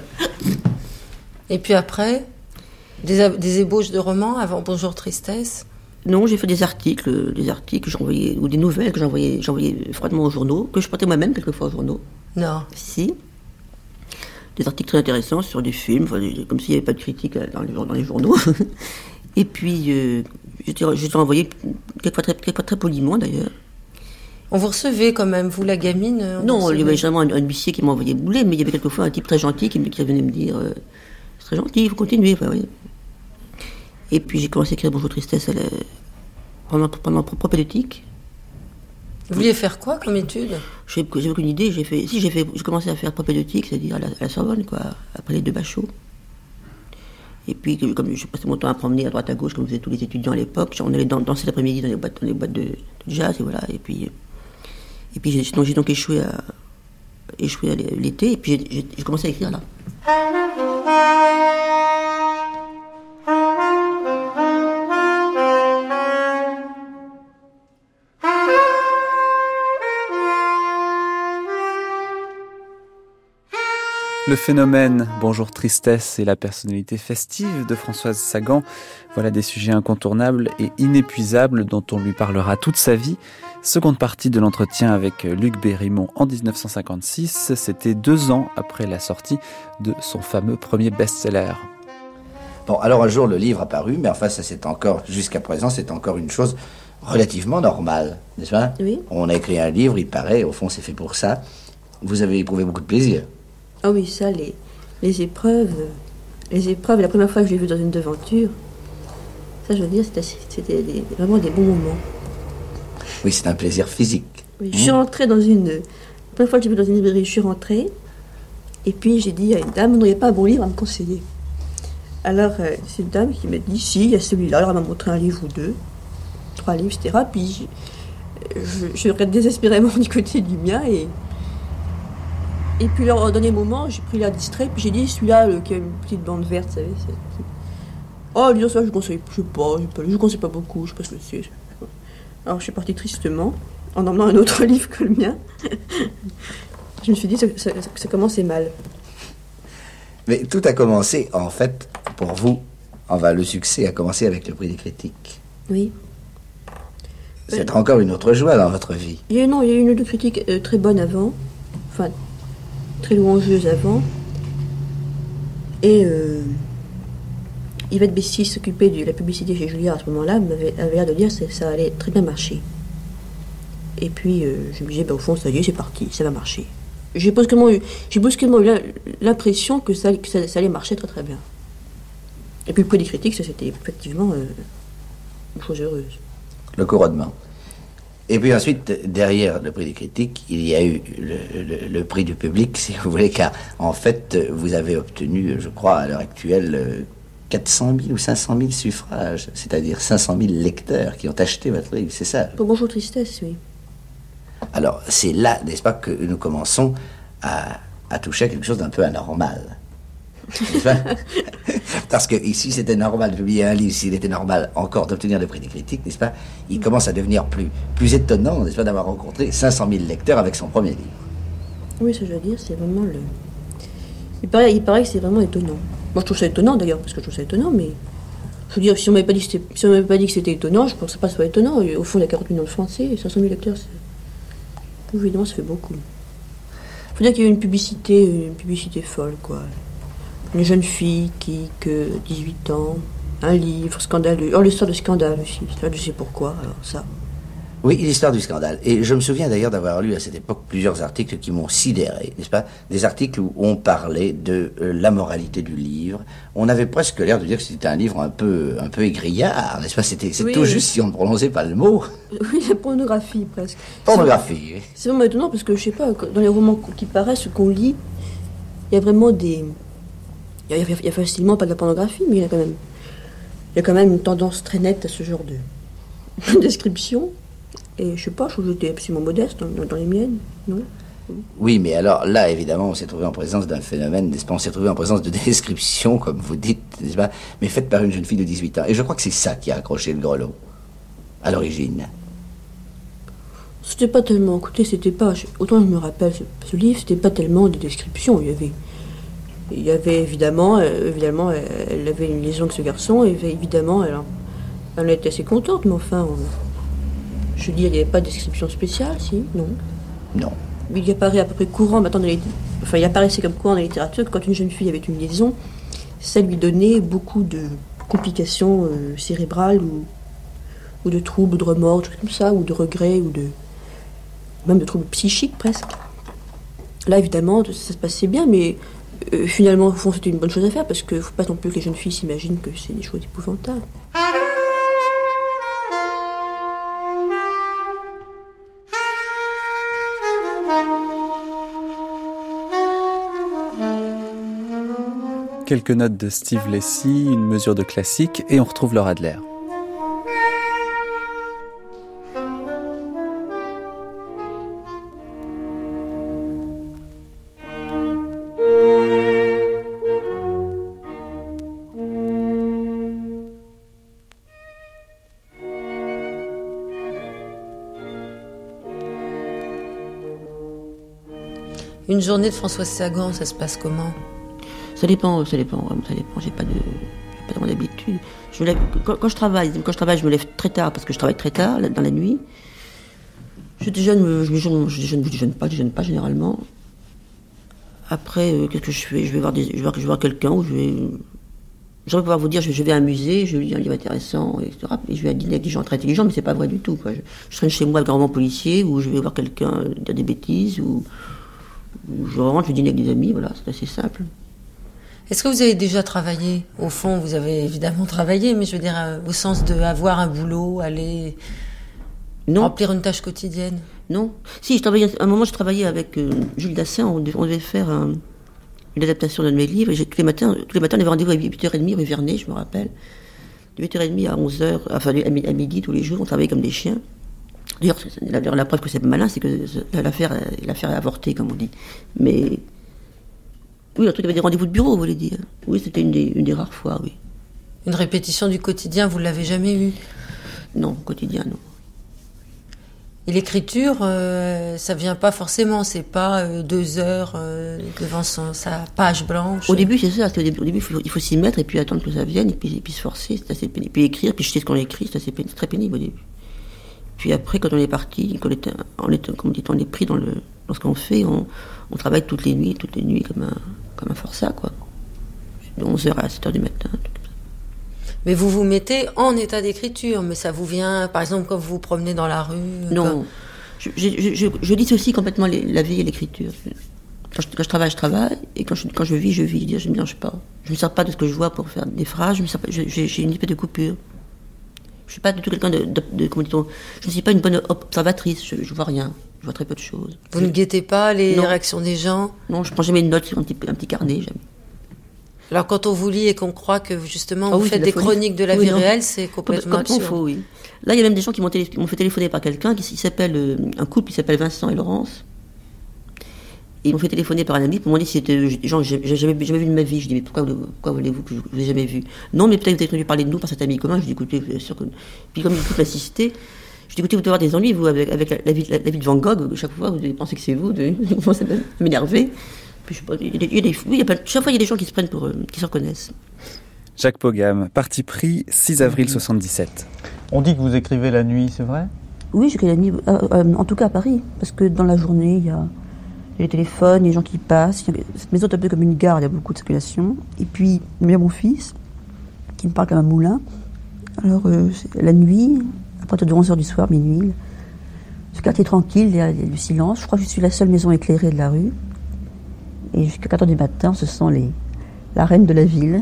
Et puis après, des ébauches de romans avant Bonjour Tristesse? Non, j'ai fait des articles que j'envoyais, ou des nouvelles que j'envoyais froidement aux journaux, que je portais moi-même quelquefois aux journaux. Non. Si. Des articles très intéressants sur des films, comme s'il n'y avait pas de critique dans les journaux. Et puis, j'étais envoyé quelquefois très poliment, d'ailleurs. On vous recevait quand même, vous, la gamine? Non, il y avait généralement un huissier qui m'envoyait bouler, mais il y avait quelquefois un type très gentil qui venait me dire c'est très gentil, il faut continuer. Enfin, oui. Et puis, j'ai commencé à écrire Bonjour Tristesse pendant propédeutique. Vous vouliez faire quoi comme étude? J'ai aucune idée. J'ai commencé à faire propédeutique, c'est-à-dire à la Sorbonne, quoi, après les 2 Bachot. Et puis, comme je passais mon temps à promener à droite à gauche, comme faisaient tous les étudiants à l'époque, on allait danser l'après-midi dans les boîtes de jazz, et voilà. Et puis j'ai donc échoué à l'été, et puis j'ai commencé à écrire là. Le phénomène Bonjour Tristesse et la personnalité festive de Françoise Sagan, voilà des sujets incontournables et inépuisables dont on lui parlera toute sa vie. Seconde partie de l'entretien avec Luc Bérimont en 1956, c'était 2 ans après la sortie de son fameux premier best-seller. Bon, alors un jour le livre a paru, mais enfin ça c'est encore, jusqu'à présent, c'est encore une chose relativement normal, n'est-ce pas? Oui. On a écrit un livre, il paraît, au fond c'est fait pour ça. Vous avez éprouvé beaucoup de plaisir. Ah oui, ça, les épreuves, la première fois que j'ai vu dans une devanture, ça, je veux dire, c'était vraiment des bons moments. Oui, c'est un plaisir physique. Oui, je suis rentrée la première fois que j'ai vu dans une librairie, je suis rentrée, et puis j'ai dit à une dame, vous n'auriez pas un bon livre à me conseiller? Alors, c'est une dame qui m'a dit, si, il y a celui-là. Alors, elle m'a montré un livre ou deux, 3 livres, etc. Puis, je regarde désespérément du côté du mien, et puis, au dernier moment, j'ai pris l'air distrait, puis j'ai dit, celui-là, qui a une petite bande verte, vous savez. Oh, disons ça, je ne conseille pas beaucoup, je sais pas ce que c'est. Alors, je suis partie tristement, en emmenant un autre livre que le mien. Je me suis dit que ça commençait mal. Mais tout a commencé, en fait, pour vous, le succès a commencé avec le prix des critiques. Oui. C'est encore une autre joie dans votre vie. Il y a eu une autre critique très bonne avant, enfin, très louangeuse avant. Et Yvette Bessy s'occupait de la publicité chez Julliard à ce moment-là, avait l'air de dire que ça allait très bien marcher. Et puis, je me disais, au fond, ça y est, c'est parti, ça va marcher. J'ai brusquement eu l'impression que ça allait marcher très très bien. Et puis le prix des critiques, ça c'était effectivement une chose heureuse. Le couronnement. Et puis ensuite, derrière le prix des critiques, il y a eu le prix du public, si vous voulez, car en fait, vous avez obtenu, je crois, à l'heure actuelle, 400 000 ou 500 000 suffrages, c'est-à-dire 500 000 lecteurs qui ont acheté votre livre, c'est ça? Pour Bonjour Tristesse, oui. Alors, c'est là, n'est-ce pas, que nous commençons à toucher à quelque chose d'un peu anormal. N'est-ce pas? Parce que si c'était normal de publier un livre, s'il était normal encore d'obtenir le prix des critiques, n'est-ce pas, il commence à devenir plus étonnant, n'est-ce pas, d'avoir rencontré 500 000 lecteurs avec son premier livre. Oui, ça je veux dire, c'est vraiment le... Il paraît que c'est vraiment étonnant. Moi, je trouve ça étonnant, d'ailleurs, parce que je trouve ça étonnant, mais... Je veux dire, si on m'avait pas dit que c'était étonnant, je ne pensais pas que ce soit étonnant. Au fond, il y a 40 millions de Français, 500 000 lecteurs, évidemment, ça fait beaucoup. Il faut dire qu'il y a eu une publicité folle, quoi. Une jeune fille qui, 18 ans, un livre scandaleux. Oh, l'histoire de scandale aussi. Ça, je sais pourquoi, alors ça. Oui, l'histoire du scandale. Et je me souviens d'ailleurs d'avoir lu à cette époque plusieurs articles qui m'ont sidéré, n'est-ce pas? Des articles où on parlait de la moralité du livre. On avait presque l'air de dire que c'était un livre un peu égrillard, n'est-ce pas? C'était tout juste si on ne prononçait pas le mot. Oui, la pornographie, presque. Pornographie, oui. C'est vraiment étonnant parce que, je sais pas, dans les romans qui paraissent, qu'on lit, il y a vraiment des... Il y a facilement pas de la pornographie, mais il y a quand même une tendance très nette à ce genre de description. Et je sais pas, je trouve que j'étais absolument modeste dans les miennes, non? Oui, mais alors là, évidemment, on s'est trouvé en présence d'un phénomène, n'est-ce pas? On s'est trouvé en présence de descriptions, comme vous dites, n'est-ce pas? Mais faites par une jeune fille de 18 ans. Et je crois que c'est ça qui a accroché le grelot, à l'origine. C'était pas tellement, écoutez, c'était pas... Autant je me rappelle, ce livre, c'était pas tellement des descriptions. Il y avait évidemment, elle avait une liaison avec ce garçon, et évidemment, elle était assez contente, mais enfin... Je veux dire, il n'y avait pas de description spéciale, si? Non. Non. Il apparaît à peu près courant maintenant il apparaissait comme courant dans la littérature que quand une jeune fille avait une liaison, ça lui donnait beaucoup de complications cérébrales ou de troubles, de remords, des choses comme ça, ou de regrets, même de troubles psychiques presque. Là, évidemment, ça se passait bien, mais finalement, au fond, c'était une bonne chose à faire parce qu'il ne faut pas non plus que les jeunes filles s'imaginent que c'est des choses épouvantables. Quelques notes de Steve Lacy, une mesure de classique, et on retrouve Laura Adler. Une journée de Françoise Sagan, ça se passe comment? Ça dépend, vraiment, ça dépend. J'ai pas de grande habitude. Quand je travaille, je me lève très tard parce que je travaille très tard, dans la nuit. Je déjeune pas généralement. Après, qu'est-ce que je fais? Je vais voir quelqu'un ou je vais J'aurais pouvoir vous dire, je vais à un musée, je lis un livre intéressant, etc. Et je vais à dîner avec des gens très intelligents, mais c'est pas vrai du tout, quoi. Je traîne chez moi avec un roman policier, ou je vais voir quelqu'un dire des bêtises, ou je rentre, je dîne avec des amis, voilà, c'est assez simple. Est-ce que vous avez déjà travaillé? Au fond, vous avez évidemment travaillé, mais je veux dire, au sens d'avoir un boulot, aller remplir une tâche quotidienne. Non. Si, à un moment, je travaillais avec Jules Dassin, on devait faire une adaptation d'un de mes livres, et tous les matins, on avait rendez-vous à 8h30 rue Vernet, je me rappelle. De 8h30 à 11h, enfin à midi tous les jours, on travaillait comme des chiens. D'ailleurs, la preuve que c'est malin, c'est que l'affaire a avorté, comme on dit. Mais... Oui, un truc avec des rendez-vous de bureau, vous voulez dire. Oui, c'était une des rares fois, oui. Une répétition du quotidien, vous ne l'avez jamais eue? Non, quotidien, non. Et l'écriture, ça vient pas forcément, c'est pas 2 heures devant sa page blanche. Au début, c'est ça, parce qu'au début, il faut s'y mettre et puis attendre que ça vienne, et puis se forcer, c'est assez pénible. Puis écrire, puis jeter ce qu'on écrit, c'est très pénible au début. Puis après, quand on est parti, on est pris dans ce qu'on fait, on travaille toutes les nuits comme un forçat, quoi. De 11h à 7h du matin. Mais vous vous mettez en état d'écriture, mais ça vous vient, par exemple, quand vous vous promenez dans la rue? Non, je dissocie complètement la vie et l'écriture. Quand je travaille, et quand je vis, je ne me mélange pas. Je ne me sers pas de ce que je vois pour faire des phrases, j'ai une espèce de coupure. Je ne suis pas du tout quelqu'un comment dit-on, je ne suis pas une bonne observatrice, je ne vois rien, je vois très peu de choses. Vous ne guettez pas les réactions des gens? Non, je ne prends jamais une note sur un petit carnet, jamais. Alors quand on vous lit et qu'on croit que justement vous faites des chroniques de la vie réelle, c'est complètement absurde. Faux, oui. Là, il y a même des gens qui m'ont fait téléphoner par quelqu'un, un couple qui s'appelle Vincent et Laurence. Et ils m'ont fait téléphoner par un ami pour me demander si c'était des gens que j'ai jamais vu de ma vie. Je dis, mais pourquoi voulez-vous que je vous ai jamais vu? Non, mais peut-être que vous avez entendu parler de nous par cet ami commun. Je dis, écoutez, bien sûr que... Puis comme il faut l'assister, je dis, écoutez, vous devez avoir des ennuis, vous, avec la vie de Van Gogh. Chaque fois, vous devez penser que c'est vous, vous commencez à m'énerver. Puis, chaque fois, il y a des gens qui se prennent qui se reconnaissent. Jacques Pogam, parti pris, 6 avril 77. On dit que vous écrivez la nuit, c'est vrai? Oui, j'écris la nuit, en tout cas à Paris, parce que dans la journée, il y a les téléphones, les gens qui passent. Cette maison est un peu comme une gare, il y a beaucoup de circulation. Et puis, il y a mon fils, qui me parle comme un moulin. Alors, la nuit, à partir de 11h du soir, minuit, ce quartier tranquille, il y a du silence. Je crois que je suis la seule maison éclairée de la rue. Et jusqu'à 4h du matin, on se sent la reine de la ville.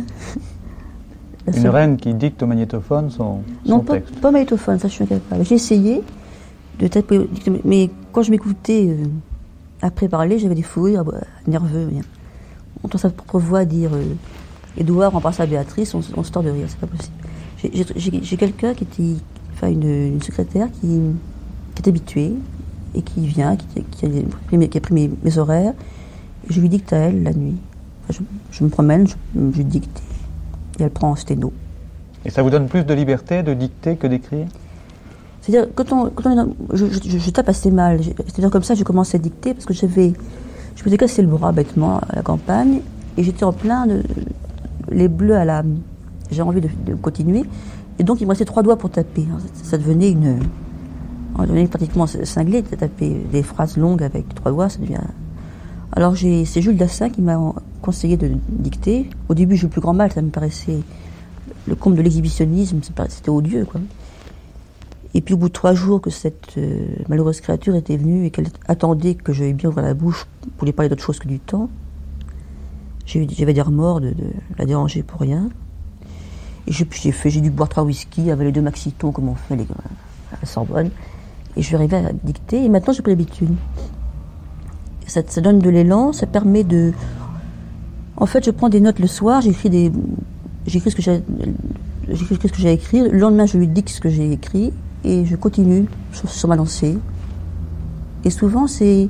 Une reine qui dicte au magnétophone son texte. Non, pas magnétophone, ça je suis incapable. J'ai essayé de taper, mais quand je m'écoutais après parler, j'avais des fous rires nerveux. On entend sa propre voix dire Édouard embrasse à Béatrice, on se tord de rire, c'est pas possible. J'ai quelqu'un qui était, enfin une secrétaire qui est habituée et qui vient, qui a pris mes horaires. Je lui dicte à elle la nuit. Enfin, je me promène, je dicte et elle prend en sténo. Et ça vous donne plus de liberté de dicter que d'écrire? C'est-à-dire, je tape assez mal. C'est-à-dire, comme ça, j'ai commencé à dicter parce que je me suis cassé le bras bêtement à la campagne et j'étais en plein les bleus à l'âme. J'ai envie de continuer. Et donc, il me restait 3 doigts pour taper. Ça devenait pratiquement cinglé de taper des phrases longues avec 3 doigts, ça devient... Alors c'est Jules Dassin qui m'a conseillé de dicter. Au début, j'ai eu le plus grand mal, ça me paraissait le comble de l'exhibitionnisme, c'était odieux, quoi. Et puis au bout de 3 jours que cette malheureuse créature était venue et qu'elle attendait que je veuille bien ouvrir la bouche pour lui parler d'autre chose que du temps, j'avais des remords de la déranger pour rien. Et j'ai dû boire 3 whisky, avaler 2 maxitons comme on fait à la Sorbonne. Et je suis arrivée à dicter et maintenant j'ai pris l'habitude. Ça donne de l'élan, ça permet de... En fait, je prends des notes le soir, j'écris ce que j'ai à écrire, le lendemain je lui dicte ce que j'ai écrit et je continue sur ma lancée. Et souvent,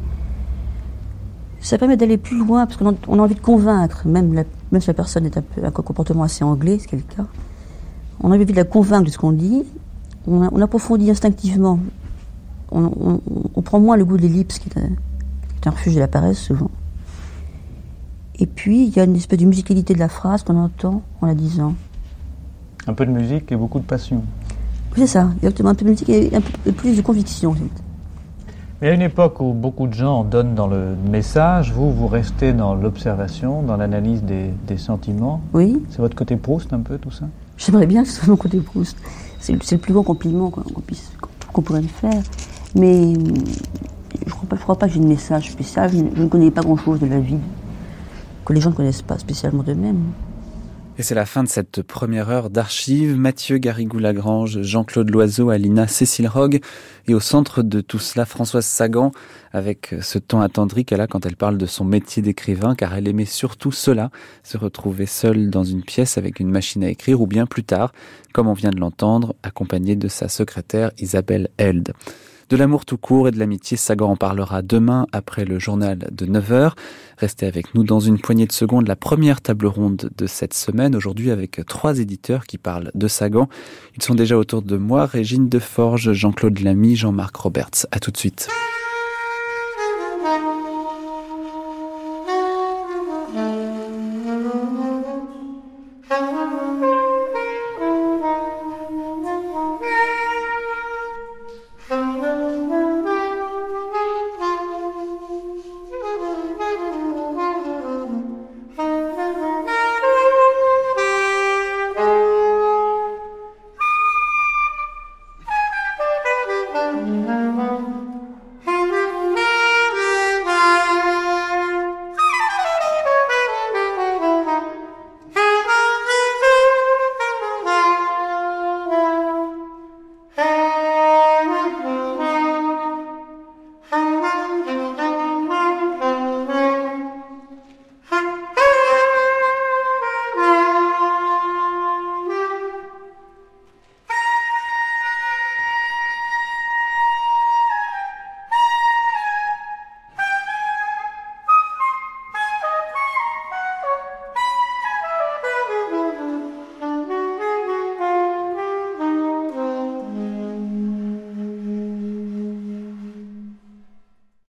ça permet d'aller plus loin parce qu'on a envie de convaincre, même si la personne est un comportement assez anglais, c'est le cas. On a envie de la convaincre de ce qu'on dit, on approfondit instinctivement, on prend moins le goût de l'ellipse qui est un refuge de la paresse souvent. Et puis, il y a une espèce de musicalité de la phrase qu'on entend en la disant. Un peu de musique et beaucoup de passion. C'est ça, exactement. Un peu de musique et un peu plus de conviction. Il y a une époque où beaucoup de gens donnent dans le message, vous restez dans l'observation, dans l'analyse des sentiments. Oui. C'est votre côté Proust un peu tout ça? J'aimerais bien que ce soit mon côté Proust. C'est le plus grand compliment qu'on pourrait me faire. Mais je crois pas que j'ai un message spécial. Je ne connais pas grand-chose de la vie que les gens ne connaissent pas spécialement d'eux-mêmes. Et c'est la fin de cette première heure d'archives. Mathieu Garrigou-Lagrange, Jean-Claude Loiseau, Alina, Cécile Rogue. Et au centre de tout cela, Françoise Sagan, avec ce ton attendri qu'elle a quand elle parle de son métier d'écrivain, car elle aimait surtout cela, se retrouver seule dans une pièce avec une machine à écrire, ou bien plus tard, comme on vient de l'entendre, accompagnée de sa secrétaire Isabelle Held. De l'amour tout court et de l'amitié, Sagan en parlera demain après le journal de 9h. Restez avec nous dans une poignée de secondes, la première table ronde de cette semaine, aujourd'hui avec 3 éditeurs qui parlent de Sagan. Ils sont déjà autour de moi, Régine Deforge, Jean-Claude Lamy, Jean-Marc Roberts. À tout de suite.